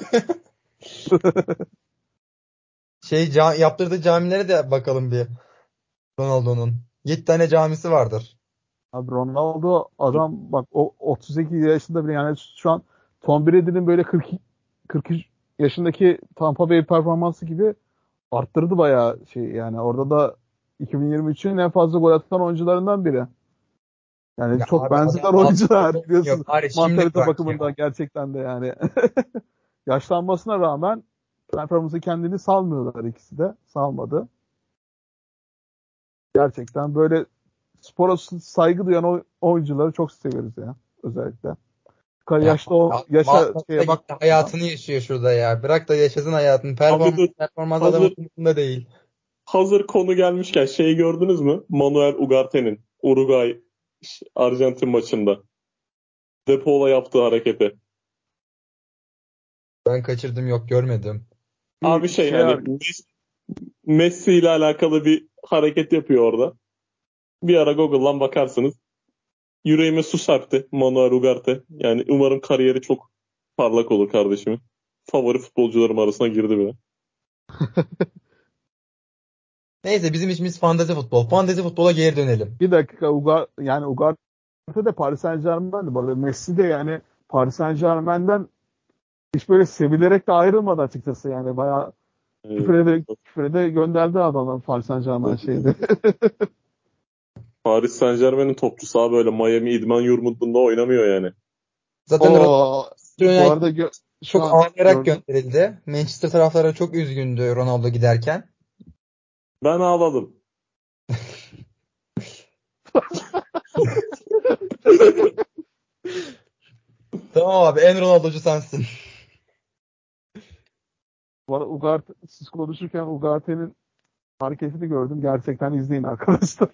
Yaptırdığı camilere de bakalım bir Ronaldo'nun. 7 tane camisi vardır. Abi Ronaldo adam bak o 32 yaşında bile yani şu an Tom Brady'nin böyle 42 43 yaşındaki Tampa Bay performansı gibi arttırdı bayağı şey yani orada da 2023'ün en fazla gol atan oyuncularından biri. Yani Ya çok abi benzer adam oyuncular biliyorsun yok. Bari şimdi mantalite bırak bakımından ya. gerçekten de yani. Yaşlanmasına rağmen performansı kendini salmıyorlar ikisi de. Salmadı. Gerçekten böyle spora saygı duyan oyuncuları çok severiz ya özellikle. Ya Yaşta o yaşa Malcolm da şeye gitti. bakmadan. Hayatını yaşıyor şurada ya. Bırak da yaşasın hayatını. Abi dur. Performans adamın Hazır umurunda değil. hazır konu gelmişken şeyi gördünüz mü? Manuel Ugarte'nin Uruguay Arjantin maçında Depaul'a yaptığı hareketi. Ben kaçırdım, yok görmedim. Abi Bir şey hani var. Messi ile alakalı bir hareket yapıyor orada. Bir ara Google'dan bakarsınız. Yüreğime su serpti Manuel Ugarte. Yani umarım kariyeri çok parlak olur kardeşimin. Favori futbolcularım arasına girdi bile. Neyse, bizim işimiz fantezi futbol. Fantezi futbola geri dönelim. Bir dakika yani Ugarte de Paris Saint-Germain'di bu arada. Messi de yani Paris Saint-Germain'den hiç böyle sevilerek de ayrılmadı açıkçası yani bayağı Ee, küfre de gönderdi adamlar Paris Saint-Germain şeydi. Paris Saint-Germain'in topçusu abi böyle Miami İdman Yurdu'nda oynamıyor yani. Zaten O bu Ronaldo arada şu çok an ağlayarak gördüm. gönderildi. Manchester taraftarı çok üzgündü Ronaldo giderken. Ben ağladım. Tamam abi, en Ronaldo'cu sensin. Bu arada siz konuşurken Ugarte'nin hareketini gördüm. Gerçekten izleyin arkadaşlar.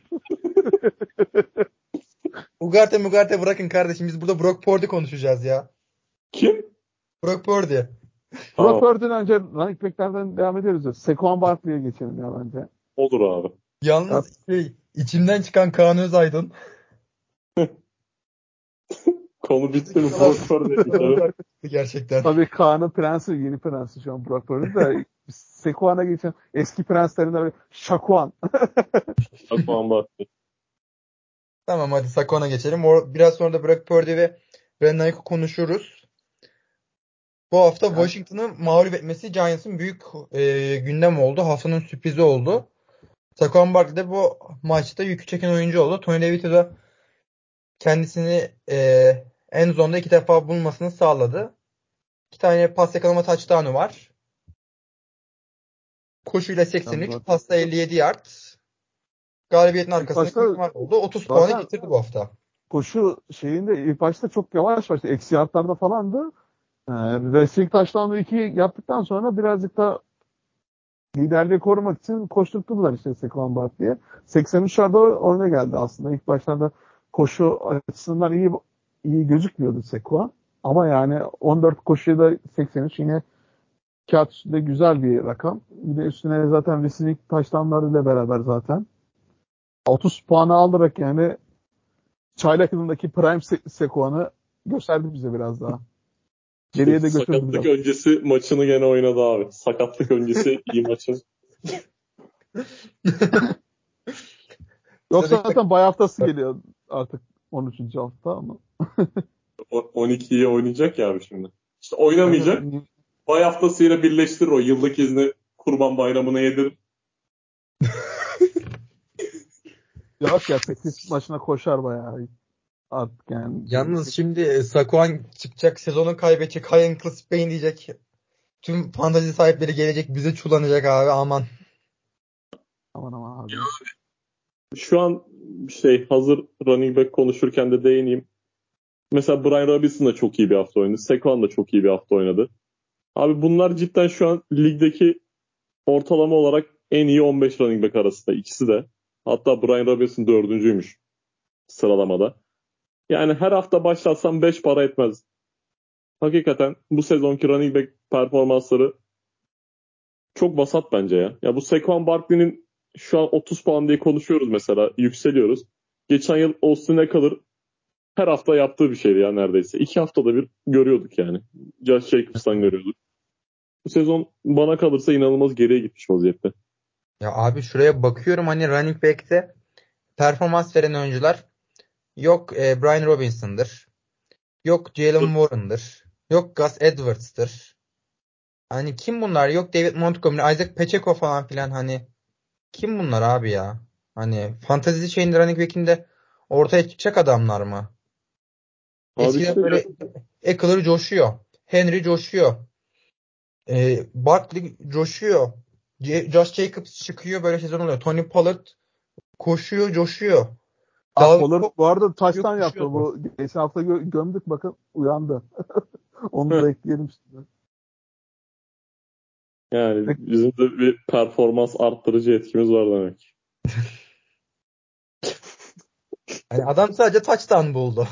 Ugarte bırakın kardeşim. Biz burada Brock Purdy konuşacağız ya. Kim? Brock Purdy. Brock Tamam. Purdy'den önce running back'lerden devam ediyoruz ya. Saquon Barkley'e geçelim ya bence. Olur abi. Ya, Yalnız içimden çıkan Kaan Özaydın. Konu bitti mi? Dakikalar Brock Purdy dedik sonra abi. çıktı gerçekten. tabii Kaan'ın prensi, yeni prensi şu an Brock Purdy de Saquon'a geçen eski prenslerinden böyle Shaquan. Akman baktı. Tamam, hadi Sakon'a geçelim. Biraz sonra da Brock Purdy ve Brandon Ayuk'u konuşuruz. Bu hafta Yani Washington'ı mağlup etmesi Giants'ın büyük gündem oldu. Haftanın sürprizi oldu. Saquon Barkley de bu maçta yükü çeken oyuncu oldu. Tony DeVito da kendisini en zonda 2 defa bulmasını sağladı. 2 tane pas yakalama touchdown'u var. Koşuyla yani 83, zaten, pasta 57 yard. Galibiyetin ilk arkasında başta kim var oldu? 30 puanı zaten getirdi bu hafta. koşu şeyinde ilk başta çok yavaş başladı. Eksi yardlarda falandı. Racing touchdown'u 2 yaptıktan sonra birazcık da liderliği korumak için koşturttular işte Saquon Barkley'e. 83 yarda oyuna geldi aslında. İlk başlarda koşu açısından iyi gözükmüyordu Saquon. Ama yani 14 koşuya da 83 yine kağıt üstünde güzel bir rakam. Bir de üstüne zaten receiving touchdown'larıyla beraber zaten 30 puanı alarak yani çaylak yılındaki prime Saquon'u gösterdi bize biraz daha. Geriye de götürdü Sakatlık biraz. öncesi maçını gene oynadı abi. Sakatlık öncesi iyi maçın. Yoksa Sıradaki zaten bay haftası geliyor artık 13. hafta ama. 12'yi oynayacak ya abi şimdi. İşte oynamayacak. Bay haftasıyla birleştirir o. Yıllık izni Kurban Bayramı'na yedir. Yok ya 8 maçına koşar bayağı artık yani. Yalnız şimdi Saquon çıkacak, sezonu kaybedecek, High Ankle Sprain diyecek. Tüm fantazi sahipleri gelecek, bize çulanacak abi, aman. Aman aman abi. Şu an hazır running back konuşurken de değineyim. Mesela Brian Robinson da çok iyi bir hafta oynadı. Saquon da çok iyi bir hafta oynadı. Abi bunlar cidden şu an ligdeki ortalama olarak en iyi 15 running back arasında. İkisi de. Hatta Brian Robinson dördüncüymüş sıralamada. Yani her hafta başlatsam 5 para etmez. Hakikaten bu sezonki running back performansları çok vasat bence ya. Ya bu Saquon Barkley'nin şu an 30 puan diye konuşuyoruz mesela. Yükseliyoruz. Geçen yıl Austin Eckler her hafta yaptığı bir şeydi ya neredeyse. 2 haftada bir görüyorduk yani. Josh Jacobs'tan görüyorduk. Bu sezon bana kalırsa inanılmaz geriye gitmiş vaziyette. Ya abi şuraya bakıyorum, hani running back'te performans veren oyuncular yok, Brian Robinson'dır. Yok Jalen Warren'dır. Yok Gus Edwards'tır. Hani kim bunlar? Yok David Montgomery, Isaac Pacheco falan filan hani. Kim bunlar abi ya? Hani fantezi şeyinde running back'inde ortaya çıkacak adamlar mı? Abi Eskiden işte böyle Eckler coşuyor. Henry coşuyor. Barkley coşuyor. Josh Jacobs çıkıyor böyle sezon oluyor. Tony Pollard koşuyor, coşuyor. Dalvin Pollard Cook bu arada koşuyor, taştan yaptı. koşuyordu. Bu geçen hafta gömdük, bakın uyandı. Onu heh, da ekleyelim şimdi. yani Peki, bizim de bir performans arttırıcı etkimiz var demek. Hani adam sadece touchdown buldu.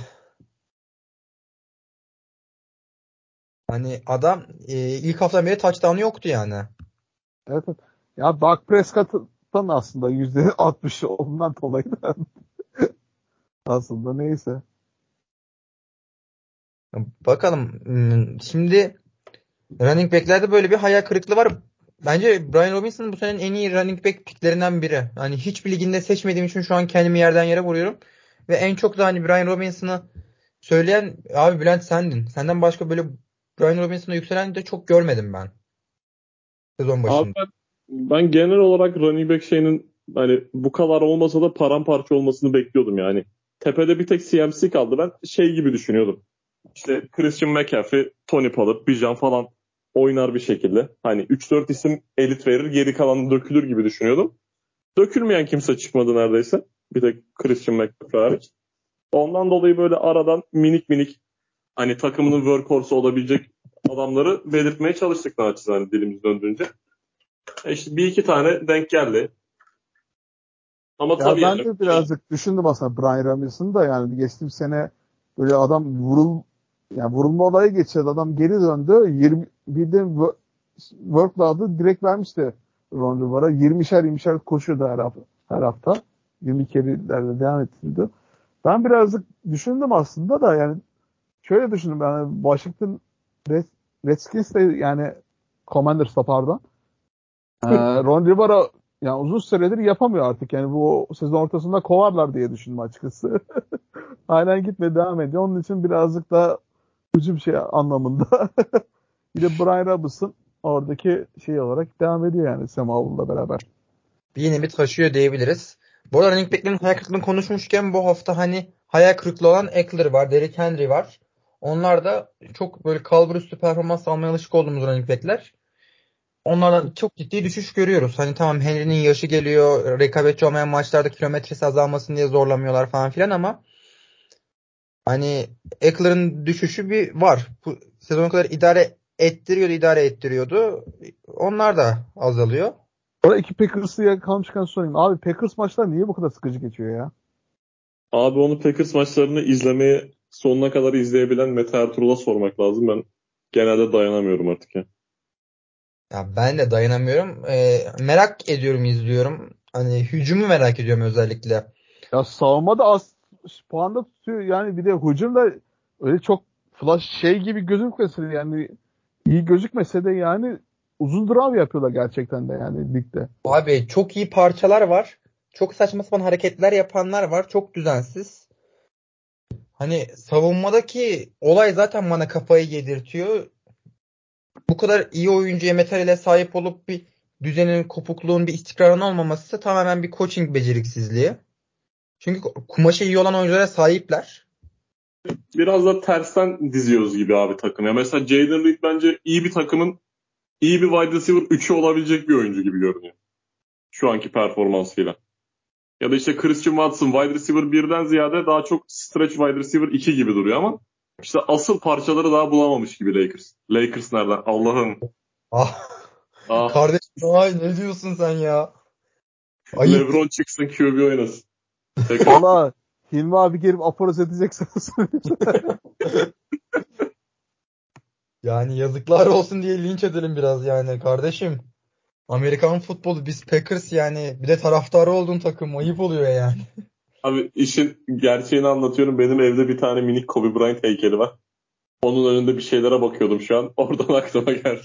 Hani adam ilk haftadan beri touchdown'u yoktu yani. evet, evet. Ya Dak Prescott'tan aslında %60'ı ondan dolayı da aslında neyse. Bakalım. Şimdi running back'lerde böyle bir hayal kırıklığı var. Bence Brian Robinson bu senenin en iyi running back picklerinden biri. Hani hiçbir liginde seçmediğim için şu an kendimi yerden yere vuruyorum. Ve en çok da hani Brian Robinson'ı söyleyen abi Bülent sendin. Senden başka böyle Brian Robinson'a yükselen de çok görmedim ben sezon Abi başında. ben genel olarak running back şeyinin hani bu kadar olmasa da paramparça olmasını bekliyordum yani. Tepede bir tek CMC kaldı. Ben şey gibi düşünüyordum. İşte Christian McCaffrey, Tony Pollard, Bijan falan oynar bir şekilde. Hani 3-4 isim elit verir, geri kalanı dökülür gibi düşünüyordum. Dökülmeyen kimse çıkmadı neredeyse. Bir tek Christian McCaffrey hariç. Ondan dolayı böyle aradan minik minik hani takımının workhorse'u olabilecek adamları belirtmeye çalıştık naçizane dilimiz döndüğünce. İşte bir iki tane denk geldi. Ama Ya tabii ben yani de birazcık düşündüm aslında Brian Robinson'ı da, yani geçtiğim sene böyle adam yani vurulma olayı geçirdi. Adam geri döndü. 20 bildiğin workload'u direkt vermişti Ron Rivera. 20'şer koşuyordu her hafta. 20 kerelerle devam ettiriyordu. Ben birazcık düşündüm aslında da, yani şöyle düşündüm, yani Washington Redskins de, yani Commanders'ta pardon. Ron Rivera yani uzun süredir yapamıyor artık. Yani bu sezon ortasında kovarlar diye düşündüm açıkçası. Halen gitmeye devam ediyor. Onun için birazcık da hücum şey anlamında. Bir de Brian Robinson oradaki şey olarak devam ediyor yani Sam Howell'la beraber. Bir yeni bir taşıyor diyebiliriz. Bu arada running back'lerin hayal kırıklığını konuşmuşken bu hafta hani hayal kırıklığı olan Eckler var, Derrick Henry var. Onlar da çok böyle kalbur üstü performans almaya alışık olduğumuz running back'ler. Onlardan çok ciddi düşüş görüyoruz. Hani tamam Henry'nin yaşı geliyor. Rekabetçi olmayan maçlarda kilometresi azalmasın diye zorlamıyorlar falan filan ama hani Eckler'ın düşüşü bir var. Bu sezona kadar idare ettiriyordu. Onlar da azalıyor. Orada iki Packers'ı yakalamışken sorayım. Abi Packers maçları niye bu kadar sıkıcı geçiyor ya? abi onu Packers maçlarını izlemeye sonuna kadar izleyebilen Mete Ertuğrul'a sormak lazım. Ben genelde dayanamıyorum artık ya. Ya ben de dayanamıyorum. Merak ediyorum, izliyorum. Hani hücumu merak ediyorum özellikle. Ya savunma da az puanda tutuyor. Yani bir de hücum da öyle çok flash şey gibi gözükmese de, yani iyi gözükmese de, yani uzun drive yapıyorlar gerçekten de yani ligde. Abi çok iyi parçalar var. Çok saçma sapan hareketler yapanlar var. Çok düzensiz. Hani savunmadaki olay zaten bana kafayı yedirtiyor. Bu kadar iyi oyuncuya metale sahip olup bir düzenin, kopukluğun, bir istikrarın olmaması tamamen bir coaching beceriksizliği. Çünkü kumaşı iyi olan oyunculara sahipler. Biraz da tersten diziyoruz gibi abi takım. Ya mesela Jalen Reed bence iyi bir takımın iyi bir wide receiver 3'ü olabilecek bir oyuncu gibi görünüyor. Şu anki performansıyla. Ya da işte Christian Watson wide receiver birden ziyade daha çok stretch wide receiver 2 gibi duruyor ama işte asıl parçaları daha bulamamış gibi Lakers. Lakers nereden? Allah'ım. Ah, Ah, kardeşim ay ne diyorsun sen ya? Ayıp. LeBron çıksın QB oynasın. Tekrar. Valla Hilmi abi gelip aforoz edecek sana söyleyeyim. Yani yazıklar olsun diye linç edelim biraz yani kardeşim. Amerikan futbolu biz Packers yani bir de taraftarı olduğun takım ayıp oluyor yani. Abi işin gerçeğini anlatıyorum. Benim evde bir tane minik Kobe Bryant heykeli var. Onun önünde bir şeylere bakıyordum şu an. Oradan aklıma geldi.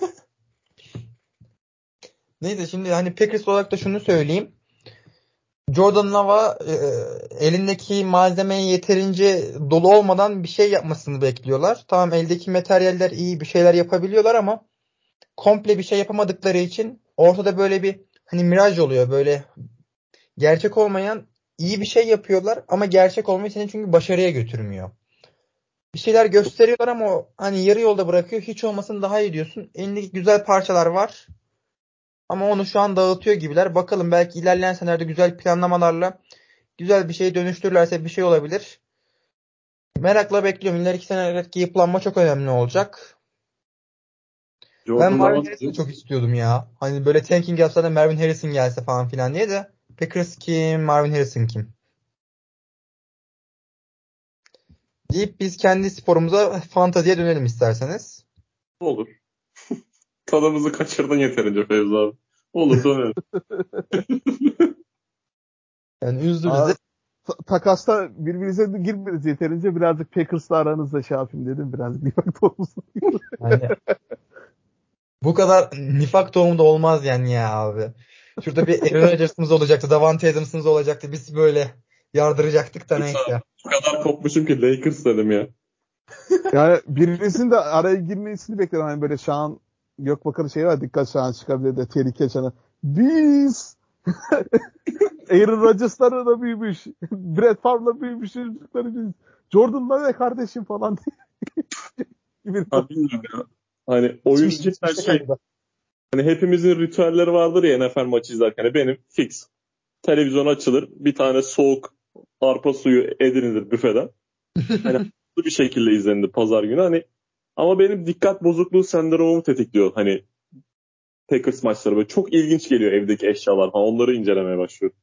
Neyse şimdi hani Packers olarak da şunu söyleyeyim. Jordan Love elindeki malzemeye yeterince dolu olmadan bir şey yapmasını bekliyorlar. Tamam eldeki materyaller iyi bir şeyler yapabiliyorlar ama komple bir şey yapamadıkları için ortada böyle bir hani miraj oluyor. Böyle gerçek olmayan iyi bir şey yapıyorlar ama gerçek olmayı seni çünkü başarıya götürmüyor. Bir şeyler gösteriyorlar ama o hani yarı yolda bırakıyor. Hiç olmasın daha iyi diyorsun. Elindeki güzel parçalar var ama onu şu an dağıtıyor gibiler. Bakalım belki ilerleyen senelerde güzel planlamalarla güzel bir şey dönüştürürlerse bir şey olabilir. Merakla bekliyorum. İleriki senelerdeki yapılanma çok önemli olacak. Ben Jordan Marvin Love Harrison'ı çok istiyordum ya. Hani böyle tanking yapsa da Marvin Harrison gelse falan filan diye de. Packers kim, Marvin Harrison kim? Deyip biz kendi sporumuza fantaziye dönelim isterseniz. olur. Tadımızı kaçırdın yeterince Fevzi abi. Olur dönelim. Yani üzdü bizi. Takasta birbirinize girmeniz yeterince birazcık Packers'la aranızda şey yapayım dedim. Birazcık nifak olsun. Yani bu kadar nifak tohumu da olmaz yani ya abi. Şurada bir Aaron Rodgers'ımız olacaktı. Davante Adams'ımız olacaktı. Biz böyle yardıracaktık da neyse. O kadar kopmuşum ki Lakers dedim ya. Yani birinizin de araya girmesini bekledim. Hani böyle Şahan Gökbakar'ın şeyi var. Dikkat Şahan çıkabilir de tehlike Şahan'a. Biz Aaron Rodgers'larla da büyümüş. Brett Favre'la büyümüş çocukları biz. Jordan'la ne kardeşim falan gibi. Ha, bilmiyorum ya. Hani oyun cidden şey. Hani hepimizin ritüelleri vardır ya NFL maçı izlerken. Hani benim fix. Televizyon açılır. Bir tane soğuk arpa suyu edinilir büfeden. Hani hızlı bir şekilde izlenir pazar günü. Hani ama benim dikkat bozukluğu sendromumu tetikliyor. Hani Packers maçları böyle çok ilginç geliyor evdeki eşyalar falan. Onları incelemeye başlıyorum.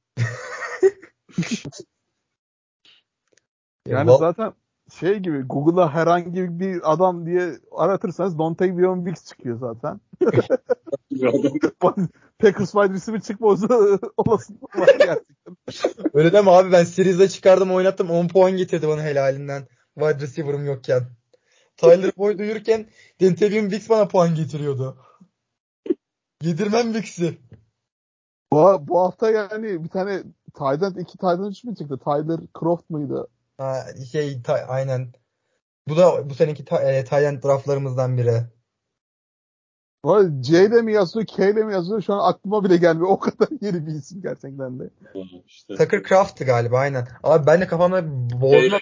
Yani zaten şey gibi Google'a herhangi bir adam diye aratırsanız Dontavion Wicks çıkıyor zaten. Packers wide receiver çıkması olasılığı var gerçekten. Öyle deme abi, ben Series'de çıkardım oynattım 10 puan getirdi bana helalinden. Wide receiver'ım yokken. Tyler Boyd uyurken Dentavian Wicks bana puan getiriyordu. Yedirmem Wicks'i. Bu hafta yani bir tane iki Tayland 3 mü çıktı? Tyler Croft muydu? Ha, aynen. Bu da bu seneki Tayland draftlarımızdan biri. C ile mi yazıyor, K ile mi yazıyor? Şu an aklıma bile gelmiyor. O kadar yeni bir isim gerçekten de. İşte. Tucker Craft'tı galiba aynen. Abi ben de kafamda bozdum.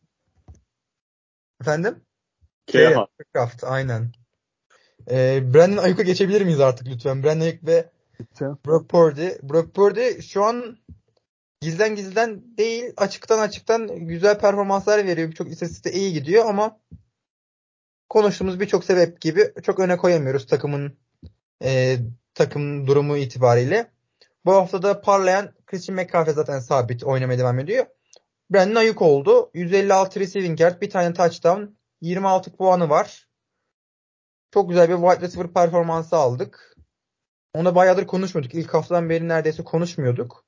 Efendim? K. Tucker Craft aynen. Brandon Ayuk'a geçebilir miyiz artık lütfen? Brandon Ayuk ve Gideceğim. Brock Purdy. Brock Purdy şu an gizden değil, açıktan güzel performanslar veriyor. Birçok istatistikte iyi gidiyor ama konuştuğumuz birçok sebep gibi çok öne koyamıyoruz e, takım durumu itibariyle. Bu hafta da parlayan Christian McCaffrey zaten sabit oynamaya devam ediyor. Brandon Ayuk oldu. 156 receiving yard, bir tane touchdown, 26 puanı var. Çok güzel bir wide receiver performansı aldık. Onu bayağıdır konuşmuyorduk. İlk haftadan beri neredeyse konuşmuyorduk.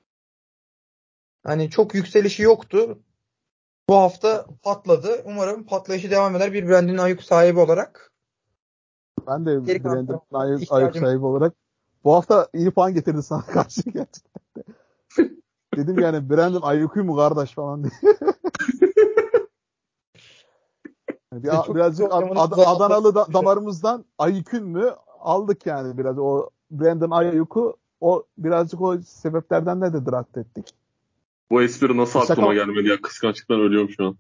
Hani çok yükselişi yoktu. Bu hafta patladı. Umarım patlayışı devam eder bir Brandon Ayuk sahibi olarak. Ben de Geri kalan Brandon Ayuk ihtiyacımız. sahibi olarak bu hafta iyi puan getirdi sana karşı gerçekten. Dedim yani Brandon Ayuk'u mu kardeş falan diye. İşte çok Birazcık oynamanın Adanalı damarımızdan Ayuk'un mu aldık yani biraz o Brandon Ayuk'u o birazcık o sebeplerden de draft ettik. Bu espri nasıl aklıma Şaka. gelmedi ya? Kıskançlıktan ölüyorum şu an.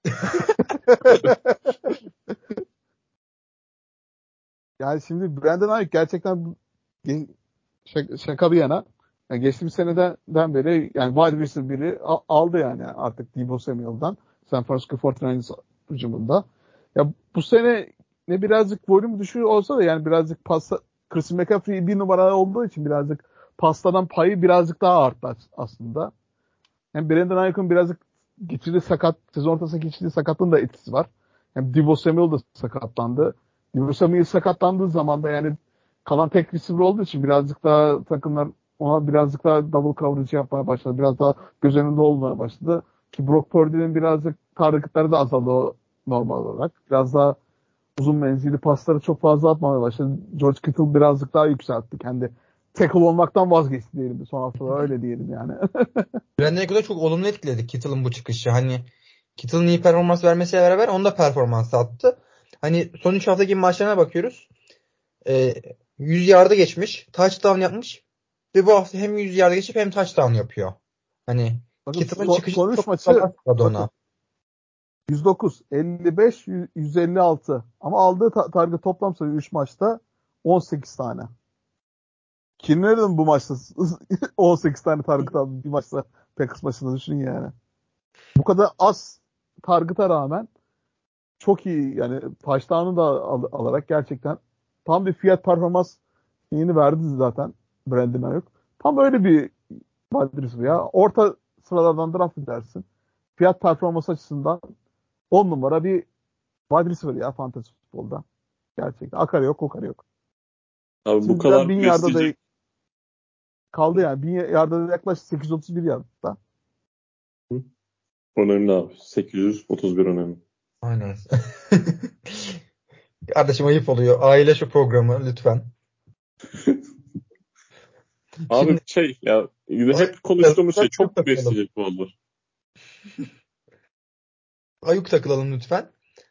Yani şimdi Brandon Ayuk gerçekten şaka bir yana yani geçtiğimiz seneden beri yani wide receiver biri aldı yani artık Deebo Samuel'dan San Francisco 49ers hücumunda. Ya bu sene ne birazcık volüm düşüğü olsa da yani birazcık pasta Christian McCaffrey bir numara olduğu için birazcık pastadan payı birazcık daha arttı aslında. Hem Brandon Ayuk'un birazcık sezon ortasında geçirdiği sakatlığın da etkisi var. Hem Deebo Samuel da sakatlandı. Deebo Samuel sakatlandığı zaman da yani kalan tek receiver olduğu için birazcık daha takımlar ona birazcık daha double coverage yapmaya başladı. Biraz daha göz önünde olmaya başladı. Ki Brock Purdy'nin birazcık targetları da azaldı o normal olarak. Biraz daha uzun menzilli pasları çok fazla atmamaya başladı. George Kittle birazcık daha yükseltti. Kendi tackle olmaktan vazgeçti diyelim. Son haftalar öyle diyelim yani. Brandon Ayuk'u da çok olumlu etkiledi Kittle'ın bu çıkışı. Hani Kittle'ın iyi performans vermesiyle beraber onun da performansı attı. Hani son 3 hafta gibi maçlarına bakıyoruz. 100 yarda geçmiş. Touchdown yapmış. Ve bu hafta hem 100 yarda geçip hem touchdown yapıyor. Hani Bakın Kittle'ın çıkışı son 3 çok maçı kolay sıkladı bakın ona. 109, 55, 156 ama aldığı target toplam sayı 3 maçta 18 tane. Kim nereden bu maçta 18 tane target aldı bir maçta Packers maçında düşün yani. Bu kadar az target'a rağmen çok iyi yani touchdown'u da alarak gerçekten tam bir fiyat performans şeyini verdi zaten Brandon Ayuk. Tam öyle bir wide receiver ya. Orta sıralardan draft edersin. Fiyat performans açısından 10 numara bir wide receiver ya fantasy futbolda. Gerçekten. Akarı yok, kokarı yok. Abi bu Şimdi kadar 1000 yarda da besleyecek. kaldı yani. 1000 yarda da yaklaşık 831 yarda. Önemli abi. 831 önemli. Aynen. Kardeşim ayıp oluyor. Aile şu programı lütfen. Abi Şimdi ya hep konuştuğumuz şey Ayuk çok mu takılalım. besleyecek bu olur? Ayuk takılalım lütfen.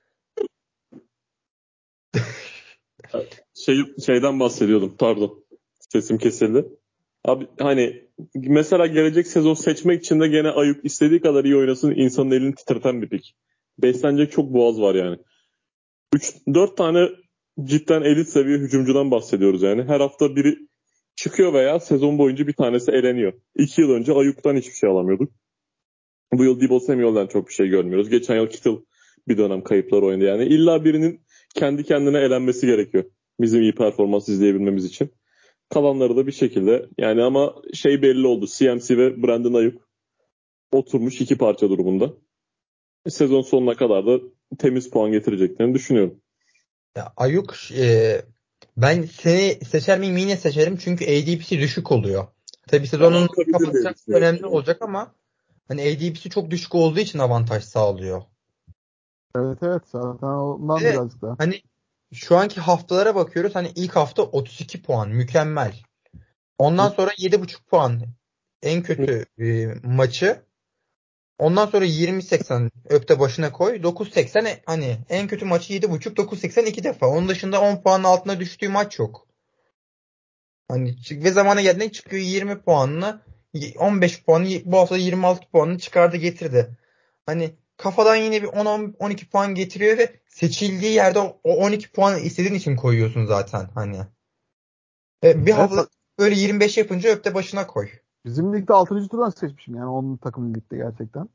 Şeyden bahsediyordum. Pardon. Sesim kesildi. Abi hani mesela gelecek sezon seçmek için de gene Ayuk istediği kadar iyi oynasın, insanın elini titreten bir pik. Beslenecek çok boğaz var yani. 4 tane cidden elit seviye hücumcudan bahsediyoruz yani. Her hafta biri çıkıyor veya sezon boyunca bir tanesi eleniyor. 2 yıl önce Ayuk'tan hiçbir şey alamıyorduk. Bu yıl Deebo Samuel'den çok bir şey görmüyoruz. Geçen yıl Kittle bir dönem kayıplar oynadı yani. İlla birinin kendi kendine elenmesi gerekiyor. Bizim iyi performans izleyebilmemiz için. Kalanları da bir şekilde yani ama belli oldu. CMC ve Brandon Ayuk oturmuş iki parça durumunda. Sezon sonuna kadar da temiz puan getireceklerini düşünüyorum. Ya Ayuk ben seni seçer miyim yine seçerim çünkü ADP'si düşük oluyor. Tabii Ben sezonun artabilir diye kapatacak düşünüyorum. önemli olacak ama hani ADP'si çok düşük olduğu için avantaj sağlıyor. Evet evet zaten ondan Ve birazcık daha. hani şu anki haftalara bakıyoruz. Hani ilk hafta 32 puan mükemmel. Ondan Hı? sonra 7,5 puan en kötü maçı. Ondan sonra 20-80 öpte başına koy. 9-80 hani en kötü maçı 7,5 9-80 iki defa. Onun dışında 10 puanın altına düştüğü maç yok. Hani ve zamana geldiğinde çıkıyor 20 puanla 15 puanı bu hafta 26 puanını çıkardı getirdi. Hani kafadan yine bir 10-12 puan getiriyor ve seçildiği yerde o 12 puanı istediğin için koyuyorsun zaten hani. Bir Evet hafta böyle 25 yapınca öpte başına koy. bizim ligde 6. turdan seçmişim yani onun takımın ligde gerçekten.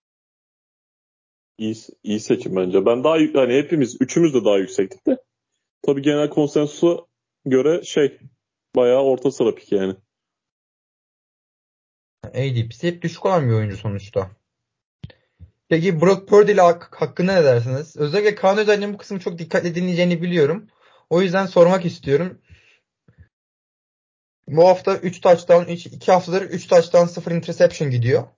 İyi seçim bence. Ben daha hani hepimiz üçümüz de daha yüksektik de. Tabii genel konsensusa göre bayağı orta sıra pik yani. ADP'si hep düşük olan bir oyuncu sonuçta. Peki Brock Purdy ile hakkında ne dersiniz? Özellikle Kaan Özel'in bu kısmı çok dikkatle dinleyeceğini biliyorum. O yüzden sormak istiyorum. Bu hafta 3 touchdown, 2 haftadır 3 touchdown 0 interception gidiyor.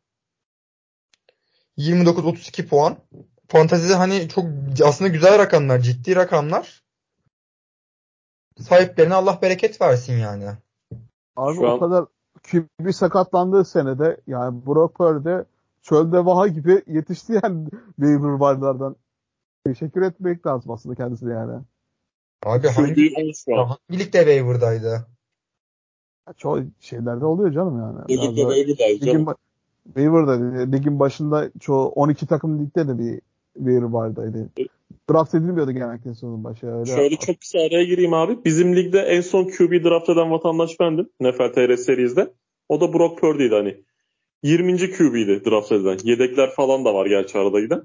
29-32 puan. Fantezide hani çok aslında güzel rakamlar, ciddi rakamlar. Sahiplerine Allah bereket versin yani. Abi Şu o an kadar QB sakatlandığı senede yani Brock Purdy çölde vaha gibi yetişti yani waiver wire'lardan. Teşekkür etmek lazım aslında kendisine yani. Abi QB 10 şu an. hangi ligde waiver'daydı? Çoğu şeylerde oluyor canım yani. Bu Biraz ligde da Waiver'dayız ligin, canım. waiver'da ligin başında çoğu 12 takım ligde de bir waiver wardaydı. Draft edilmiyordu genellikle sezonun başı. Öyle Şöyle çok kısa araya gireyim abi. Bizim ligde en son QB draft eden vatandaş bendim. NFL TR Series'de. O da Brock Purdy'ydi hani. 20. QB'ydi draft edilen. Yedekler falan da var gerçi arada giden.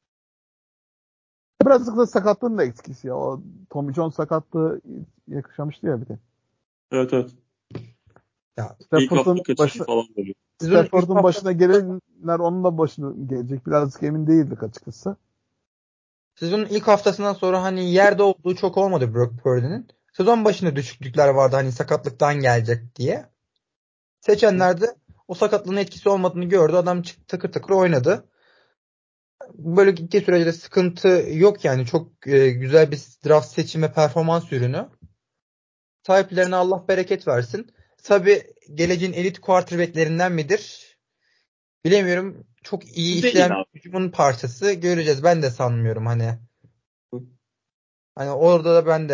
birazcık da sakatlığın da etkisi ya. O Tommy John sakatlığı yakışamıştı ya bir de. Evet evet. Ya, İlk hafta Stafford'un kaçışı başı falan oluyor. sezonun ilk Stafford'un başına haftasında gelenler onun da başına gelecek. Birazcık emin değildik açıkçası. Sezonun ilk haftasından sonra hani yerde olduğu çok olmadı Brock Purdy'nin. Sezon başında düşüklükler vardı hani sakatlıktan gelecek diye. Seçenler de o sakatlığın etkisi olmadığını gördü. Adam çıktı takır takır oynadı. Böyle gittiği sürece de sıkıntı yok yani. Çok güzel bir draft seçim ve performans ürünü. Sahiplerine Allah bereket versin. Tabii geleceğin elit quarterbacklerinden midir? Bilemiyorum. Çok iyi Değil işleyen abi. bir hücumun parçası göreceğiz. Ben de sanmıyorum hani. Hani orada da ben de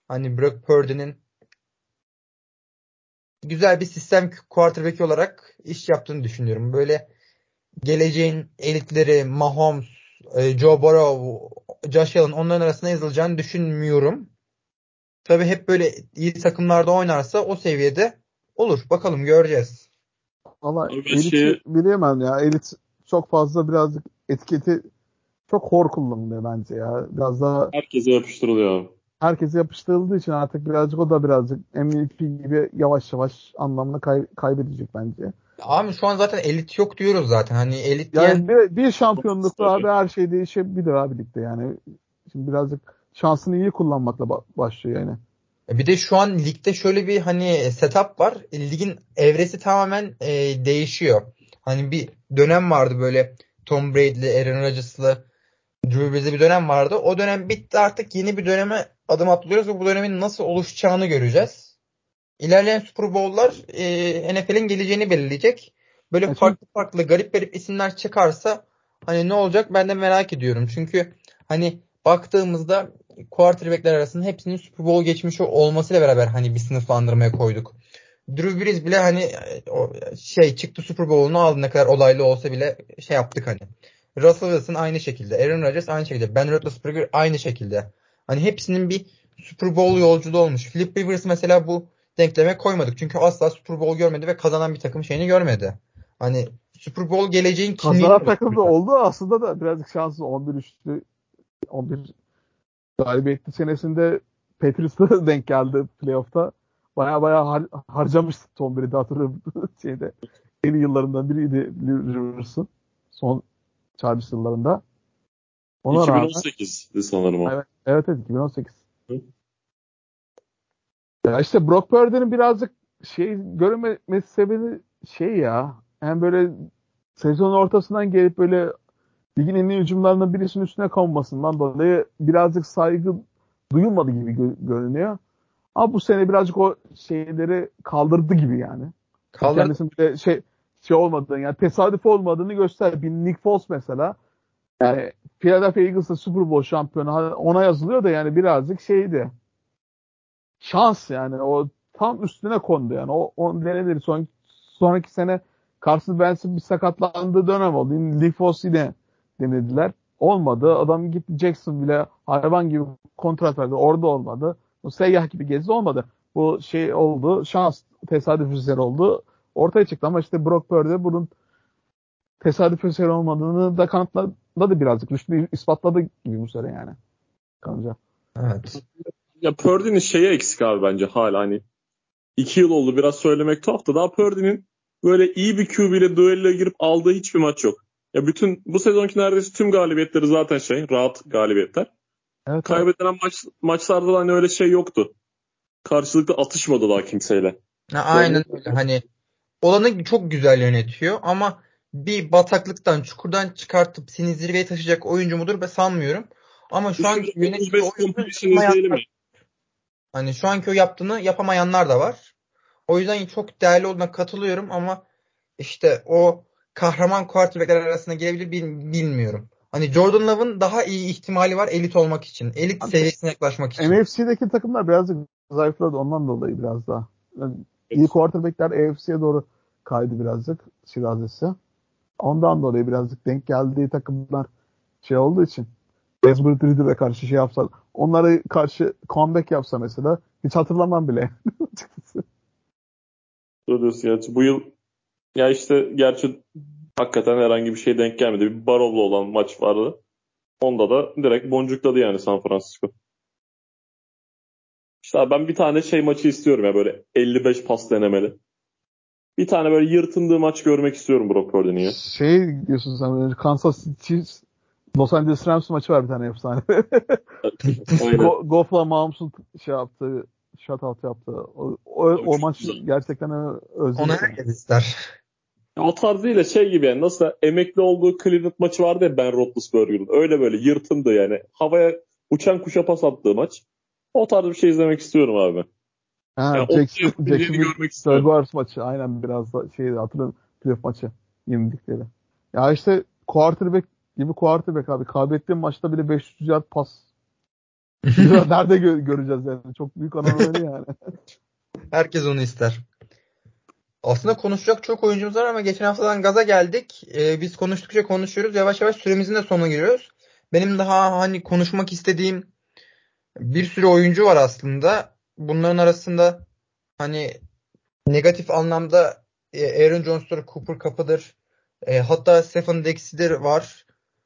Hani Brock Purdy'nin güzel bir sistem quarterback olarak iş yaptığını düşünüyorum. Böyle geleceğin elitleri Mahomes, Joe Burrow, Josh Allen onların arasına yazılacağını düşünmüyorum. Tabii hep böyle iyi takımlarda oynarsa o seviyede olur. Bakalım göreceğiz. Ama Abi ben Elit'i bilemem ya. Elit çok fazla birazcık etiketi çok hor kullanılıyor bence ya. Biraz daha herkese yapıştırılıyor abi. herkese yapıştırıldığı için artık birazcık o da birazcık MVP gibi yavaş yavaş anlamını kaybedecek bence. Abi şu an zaten elit yok diyoruz zaten. Hani elit diyen Yani bir şampiyonlukla abi her şey değişebilir abi ligde yani. Şimdi birazcık şansını iyi kullanmakla başlıyor yani. bir de şu an ligde şöyle bir hani setup var. Ligin evresi tamamen değişiyor. Hani bir dönem vardı böyle Tom Brady'li, Aaron Rodgers'lı, Drew Brees'li bir dönem vardı. O dönem bitti artık yeni bir döneme adım atlıyoruz ve bu dönemin nasıl oluşacağını göreceğiz. İlerleyen Super Bowl'lar NFL'in geleceğini belirleyecek. Böyle Şimdi farklı farklı garip garip isimler çıkarsa hani ne olacak ben de merak ediyorum. Çünkü hani baktığımızda quarterback'ler arasında hepsinin Super Bowl geçmişi olmasıyla beraber hani bir sınıflandırmaya koyduk. Drew Brees bile hani o şey çıktı Super Bowl'unu aldı ne kadar olaylı olsa bile şey yaptık hani. Russell Wilson aynı şekilde. Aaron Rodgers aynı şekilde. Ben Roethlisberger aynı şekilde. Hani hepsinin bir Super Bowl yolculuğu olmuş. Philip Rivers mesela bu denkleme koymadık. Çünkü asla Super Bowl görmedi ve kazanan bir takım şeyini görmedi. Hani Super Bowl geleceğin kimliğini kazanan takım da oluşturuyor. oldu aslında da birazcık şanssız 11 üçlü 11 galibiyetli senesinde Patriots'a denk geldi playoff'ta. Baya baya harcamıştı Tom Brady hatırlıyorum şeyde. En iyi yıllarından biriydi Rivers'ın. Son Chargers yıllarında. Ona rağmen 2018'di sanırım o. evet, evet, evet 2018. Hı? Ya işte Brock Purdy'nin birazcık şey görünmesi sebebi şey ya. Yani böyle sezon ortasından gelip böyle ligin en iyi hücumlarından birisinin üstüne konmasından dolayı birazcık saygı duyulmadı gibi görünüyor. Ama bu sene birazcık o şeyleri kaldırdı gibi yani. Kaldırdı. Kendisinin bir de şey olmadığını yani tesadüf olmadığını göster. Bir Nick Foles mesela yani Philadelphia Eagles'ın Super Bowl şampiyonu ona yazılıyor da yani birazcık şeydi. Şans yani o tam üstüne kondu yani. O denedi. Sonraki sene Carson Wentz'in bir sakatlandığı dönem oldu. Yine Nick Foles yine denediler. Olmadı. Adam gitti Jacksonville'e hayvan gibi kontrat verdi. Orada olmadı. O seyyah gibi gezdi olmadı. Bu şey oldu. Şans tesadüf eseri oldu. Ortaya çıktı ama işte Brock Purdy bunun tesadüf eseri olmadığını da kanıtladı birazcık. Rüştü ispatladı gibi bu sene yani. Kanıca. Evet. Ya Purdy'nin şeyi eksik abi bence hala hani 2 yıl oldu biraz söylemek tuhaf da daha Purdy'nin böyle iyi bir QB ile düelloya girip aldığı hiçbir maç yok. Ya bütün bu sezonki neredeyse tüm galibiyetleri zaten rahat galibiyetler. Evet, evet. Kaybedilen maçlarda da hani öyle şey yoktu. Karşılıklı atışmadı daha kimseyle. Aynen Yani öyle. Hani olanı çok güzel yönetiyor ama bir bataklıktan, çukurdan çıkartıp seni zirveye taşıyacak oyuncu mudur ben sanmıyorum. Ama şu şimdi anki yönettiği 35 oyunu completion izleyelim yapamayanlar, mi? hani şu anki o yaptığını yapamayanlar da var. O yüzden çok değerli olduğuna katılıyorum ama işte o kahraman quarterbackler arasında gelebilir bilmiyorum. Hani Jordan Love'ın daha iyi ihtimali var elit olmak için. Elit seviyesine yaklaşmak için. NFC'deki takımlar birazcık zayıfladı ondan dolayı biraz daha. Yani iyi quarterbackler AFC'ye doğru kaydı birazcık şirazesi. Ondan dolayı birazcık denk geldiği takımlar şey olduğu için Desmond Ridder'e karşı şey yapsa onlara karşı comeback yapsa mesela hiç hatırlamam bile. Söylüyorsun gerçi. Bu yıl ya işte gerçi hakikaten herhangi bir şey denk gelmedi. Bir Barov'la olan maç vardı. Onda da direkt boncukladı yani San Francisco. İşte abi ben bir tane maçı istiyorum ya böyle 55 pas denemeli. Bir tane böyle yırtındığı maç görmek istiyorum Brock Purdy'nin ya. Şey diyorsun sen Kansas City Chiefs Los Angeles Rams maçı var bir tane efsane. Aynen. Goff'la Mahomes'un şey yaptığı, shutout yaptığı. Abi O çok maç güzel. gerçekten Onu özledik yani. herkes ister. Ya o tarz değil de gibi yani nasıl emekli olduğu Cleveland maçı vardı ya Ben Roethlisberger'ın. Öyle böyle yırtındı yani. Havaya uçan kuşa pas attığı maç. O tarz bir şey izlemek istiyorum abi. Ha, Yani onu yapabildiğini Jacksonville görmek istiyorum. Jaguars maçı. Aynen biraz da şeydi hatırlıyorum. Playoff maçı. Yenildikleri. Ya işte quarterback gibi quarterback abi. Kaybettiğim maçta bile 500 yard pas. Nerede göreceğiz yani? Çok büyük anomali yani. Herkes onu ister. Aslında konuşacak çok oyuncumuz var ama geçen haftadan gaza geldik. Biz konuştukça konuşuyoruz. Yavaş yavaş süremizin de sonuna giriyoruz. Benim daha hani konuşmak istediğim bir sürü oyuncu var aslında. Bunların arasında hani negatif anlamda Aaron Jones'tur, Cooper Kupp'ıdır. Hatta Stephen Diggs'dir var.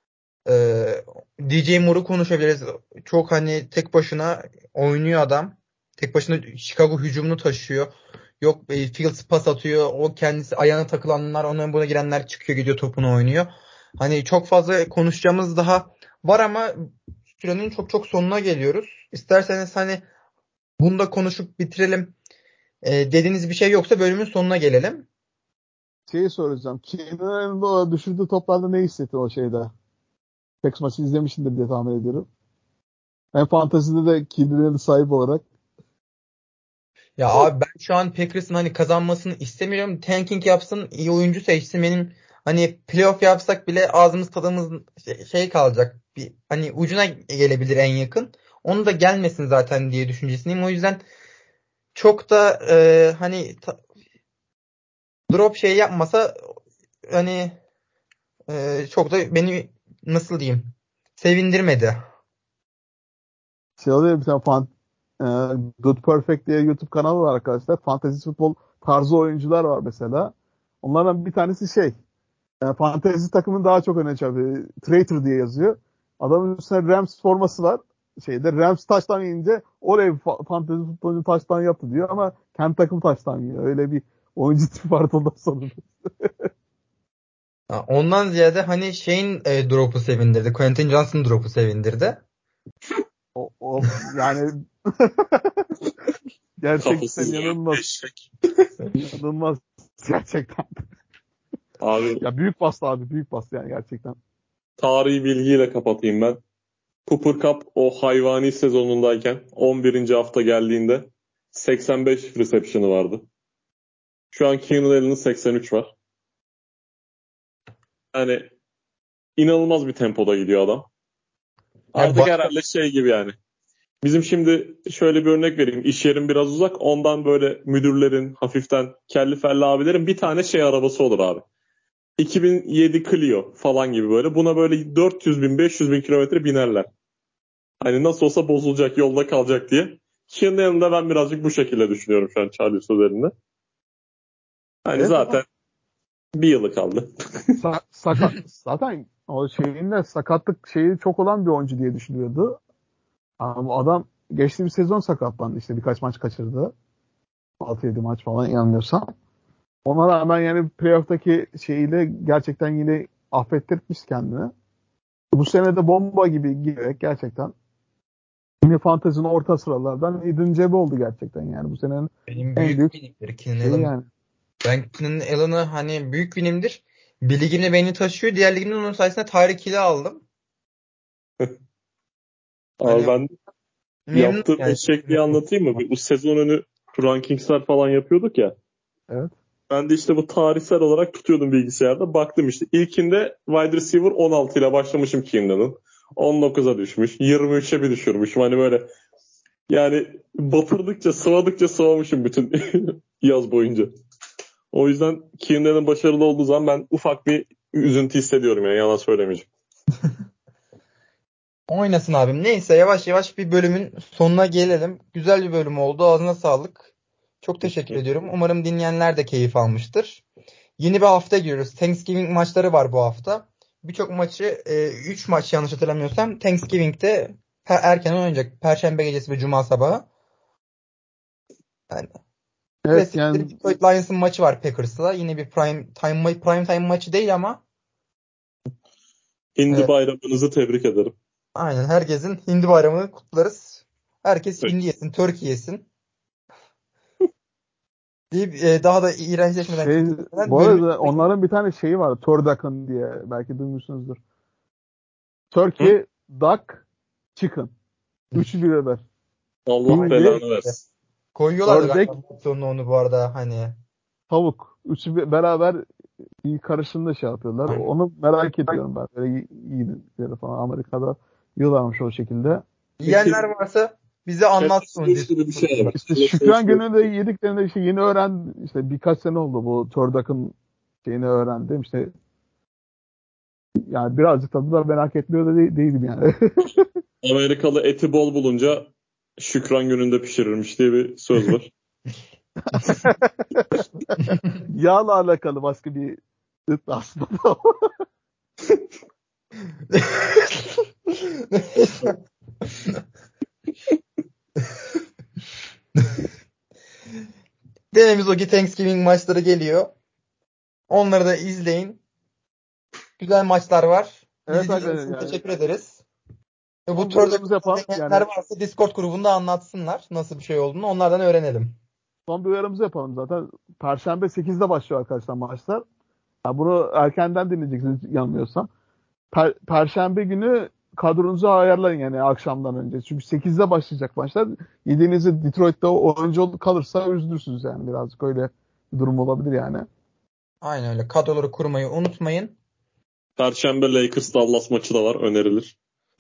DJ Moore'u konuşabiliriz. Çok hani tek başına oynuyor adam. Tek başına Chicago hücumunu taşıyor. Yok Fields pas atıyor. O kendisi ayağına takılanlar, ona buna girenler çıkıyor gidiyor topunu oynuyor. Hani çok fazla konuşacağımız daha var ama sürenin çok çok sonuna geliyoruz. İsterseniz hani bunu da konuşup bitirelim. Dediğiniz bir şey yoksa bölümün sonuna gelelim. Şeyi soracağım. Kenan'ın o düşürdüğü toplarda ne hissettin o şeyde? Tex maçı izlemişsindir diye tahmin ediyorum. Hem fantezide de Kenan'ın sahip olarak. Ya abi ben şu an Packers'ın hani kazanmasını istemiyorum. Tanking yapsın, iyi oyuncu seçsin. Benim hani playoff yapsak bile ağzımız tadımız şey kalacak. Bir hani ucuna gelebilir en yakın. Onu da gelmesin zaten diye düşüncesindeyim. O yüzden çok da hani drop şey yapmasa hani çok da beni nasıl diyeyim sevindirmedi. Şey oluyor bir tane e, Good Perfect diye YouTube kanalı var arkadaşlar. Fantasy futbol tarzı oyuncular var mesela. Onlardan bir tanesi fantasy takımın daha çok öne çıkıyor. Traitor diye yazıyor. Adamın üstüne Rams forması var. Rams taştan yiyince oraya fantasy futbolcu taştan yaptı diyor ama kendi takım taştan yiyor. Öyle bir oyuncu tipi vardı ondan sonra. Ondan ziyade hani şeyin drop'u sevindirdi. Quentin Johnson drop'u sevindirdi. Yani gerçekten Kafasız oyun inanılmaz. eşek. İnanılmaz gerçekten. Abi Ya büyük bastı abi. Büyük bastı yani gerçekten. tarihi bilgiyle kapatayım ben. Cooper Kupp o hayvani sezonundayken 11. hafta geldiğinde 85 reception'ı vardı. Şu an Keenan Allen'ın 83 var. Yani inanılmaz bir tempoda gidiyor adam. Ya Artık herhalde şey gibi yani. Bizim şimdi şöyle bir örnek vereyim. İş yerim biraz uzak. Ondan böyle müdürlerin, hafiften kelli felli abilerin bir tane şey arabası olur abi. 2007 Clio falan gibi böyle. Buna böyle 400 bin, 500 bin kilometre binerler. Hani nasıl olsa bozulacak, yolda kalacak diye. Keenan Allen'da ben birazcık bu şekilde düşünüyorum şu an Chargers üzerinde. Hani Evet zaten ama bir yılı kaldı. zaten o şeyinde sakatlık şeyi çok olan bir oyuncu diye düşünüyordu. Ama adam geçtiğimiz sezon sakatlandı işte birkaç maç kaçırdı. 6-7 maç falan yanılmıyorsam. Ona rağmen yani playoff'taki şeyiyle gerçekten yine affettirmiş kendini. Bu sene de bomba gibi girerek gerçekten yine fantezinin orta sıralardan Eden Cebe oldu gerçekten yani bu senenin benim en büyük büyük winimdir Keenan şeyi Allen. yani. Ben Keenan Allen'ı hani büyük winimdir. Bir ligimde beni taşıyor. Diğer ligimde onun sayesinde Tyreek Hill'i aldım. Abi Hani ben memnunum yaptığım yani. eşekliği anlatayım mı? Bu sezon önü rankingsler falan yapıyorduk ya. Evet. Ben de işte bu tarihsel olarak tutuyordum bilgisayarda. Baktım işte ilkinde wide receiver 16 ile başlamışım Keenan'ın. 19'a düşmüş. 23'e bir düşürmüşüm. Hani böyle yani batırdıkça sıvadıkça sıvamışım bütün yaz boyunca. O yüzden Keenan'ın başarılı olduğu zaman ben ufak bir üzüntü hissediyorum yani yalan söylemeyeceğim. Oynasın abim. Neyse yavaş yavaş bir bölümün sonuna gelelim. Güzel bir bölüm oldu. Ağzına sağlık. Çok teşekkür ediyorum. Umarım dinleyenler de keyif almıştır. Yeni bir hafta giriyoruz. Thanksgiving maçları var bu hafta. Birçok maçı 3 maç yanlış hatırlamıyorsam Thanksgiving'de erken oynayacak. Perşembe gecesi ve Cuma sabahı. Yani Evet klasiktir. yani Detroit Lions'ın maçı var Packers'la. Yine bir prime time maçı değil ama Hindi e, bayramınızı tebrik ederim. aynen herkesin Hindi bayramını kutlarız. Herkes hindi Peki. yesin, turkey yesin. Deyip daha da iğrençleşmeden kötüleşmeden bu bölümü arada onların bir tane şeyi var. Turducken diye belki duymuşsunuzdur. Turkey, Duck, Chicken. Üçü bir haber. Allah aynen Hindi, belanı versin. koyuyorlardı ördek, galiba sonuna onu bu arada hani. tavuk. Üçü beraber bir karışımda şey yapıyorlar. Aynen. Onu merak ediyorum ben. Böyle yedikleri falan Amerika'da yiyorlarmış o şekilde. Yiyenler varsa bize anlatsın. Gibi bir şey var. İşte Şükran günü de yediklerinde işte yeni öğrendim. İşte birkaç sene oldu bu Turdak'ın şeyini öğrendim. İşte yani birazcık tadı da merak etmiyor da değilim yani. Amerikalı eti bol bulunca Şükran gününde pişirirmiş diye bir söz var. Yağla alakalı başka bir aslında. Dememiz o ki Thanksgiving maçları geliyor. Onları da izleyin. Güzel maçlar var. Evet, Bizi dinlediğiniz için yani. teşekkür ederiz. Bu Son turda uyarımızı yapalım. dinleyenler Yani varsa Discord grubunda anlatsınlar nasıl bir şey olduğunu. Onlardan öğrenelim. son bir uyarımızı yapalım zaten. Perşembe 8'de başlıyor arkadaşlar maçlar. Ya bunu erkenden dinleyeceksiniz yanılmıyorsam. Perşembe günü kadronuzu ayarlayın yani akşamdan önce. Çünkü 8'de başlayacak maçlar. Yediğinizde Detroit'te oyuncu kalırsa üzülürsünüz yani birazcık öyle bir durum olabilir yani. Aynen öyle. Kadroları kurmayı unutmayın. Perşembe Lakers Dallas maçı da var, önerilir.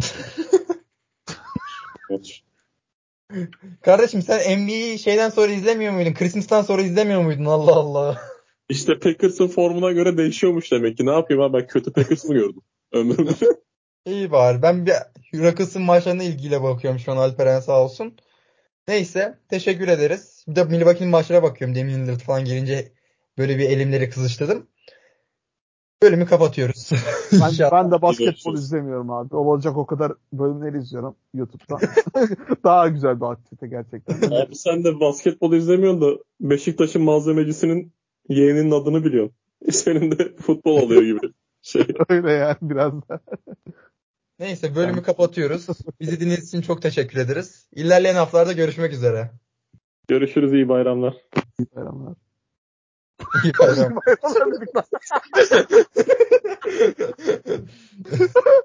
Maç. Kardeşim sen NBA'yi şeyden sonra izlemiyor muydun? Christmas'tan sonra izlemiyor muydun? Allah Allah. İşte Packers'ın formuna göre değişiyormuş demek ki. Ne yapayım abi, ben kötü Packers mı gördüm ömrümde? İyi bari. Ben bir Rockets'ın maçlarına ilgiyle bakıyorum şu an, Alperen sağ olsun. Neyse. Teşekkür ederiz. Bir de Milwaukee'nin maçlara bakıyorum. Damian Lillard falan gelince böyle bir elimleri kızıştırdım. Bölümü kapatıyoruz. Ben de basketbol Görüşürüz. izlemiyorum abi. Olacak o kadar bölümleri izliyorum YouTube'da. Daha güzel bir aktivite gerçekten. Abi sen de basketbol izlemiyorsun da Beşiktaş'ın malzemecisinin yeğeninin adını biliyorsun. Senin de futbol oluyor gibi. Öyle yani biraz da. Neyse, bölümü kapatıyoruz. Bizi dinlediğiniz için çok teşekkür ederiz. İlerleyen haftalarda görüşmek üzere. Görüşürüz, iyi bayramlar. İyi bayramlar. İyi bayram. İyi bayramlar dedik lan.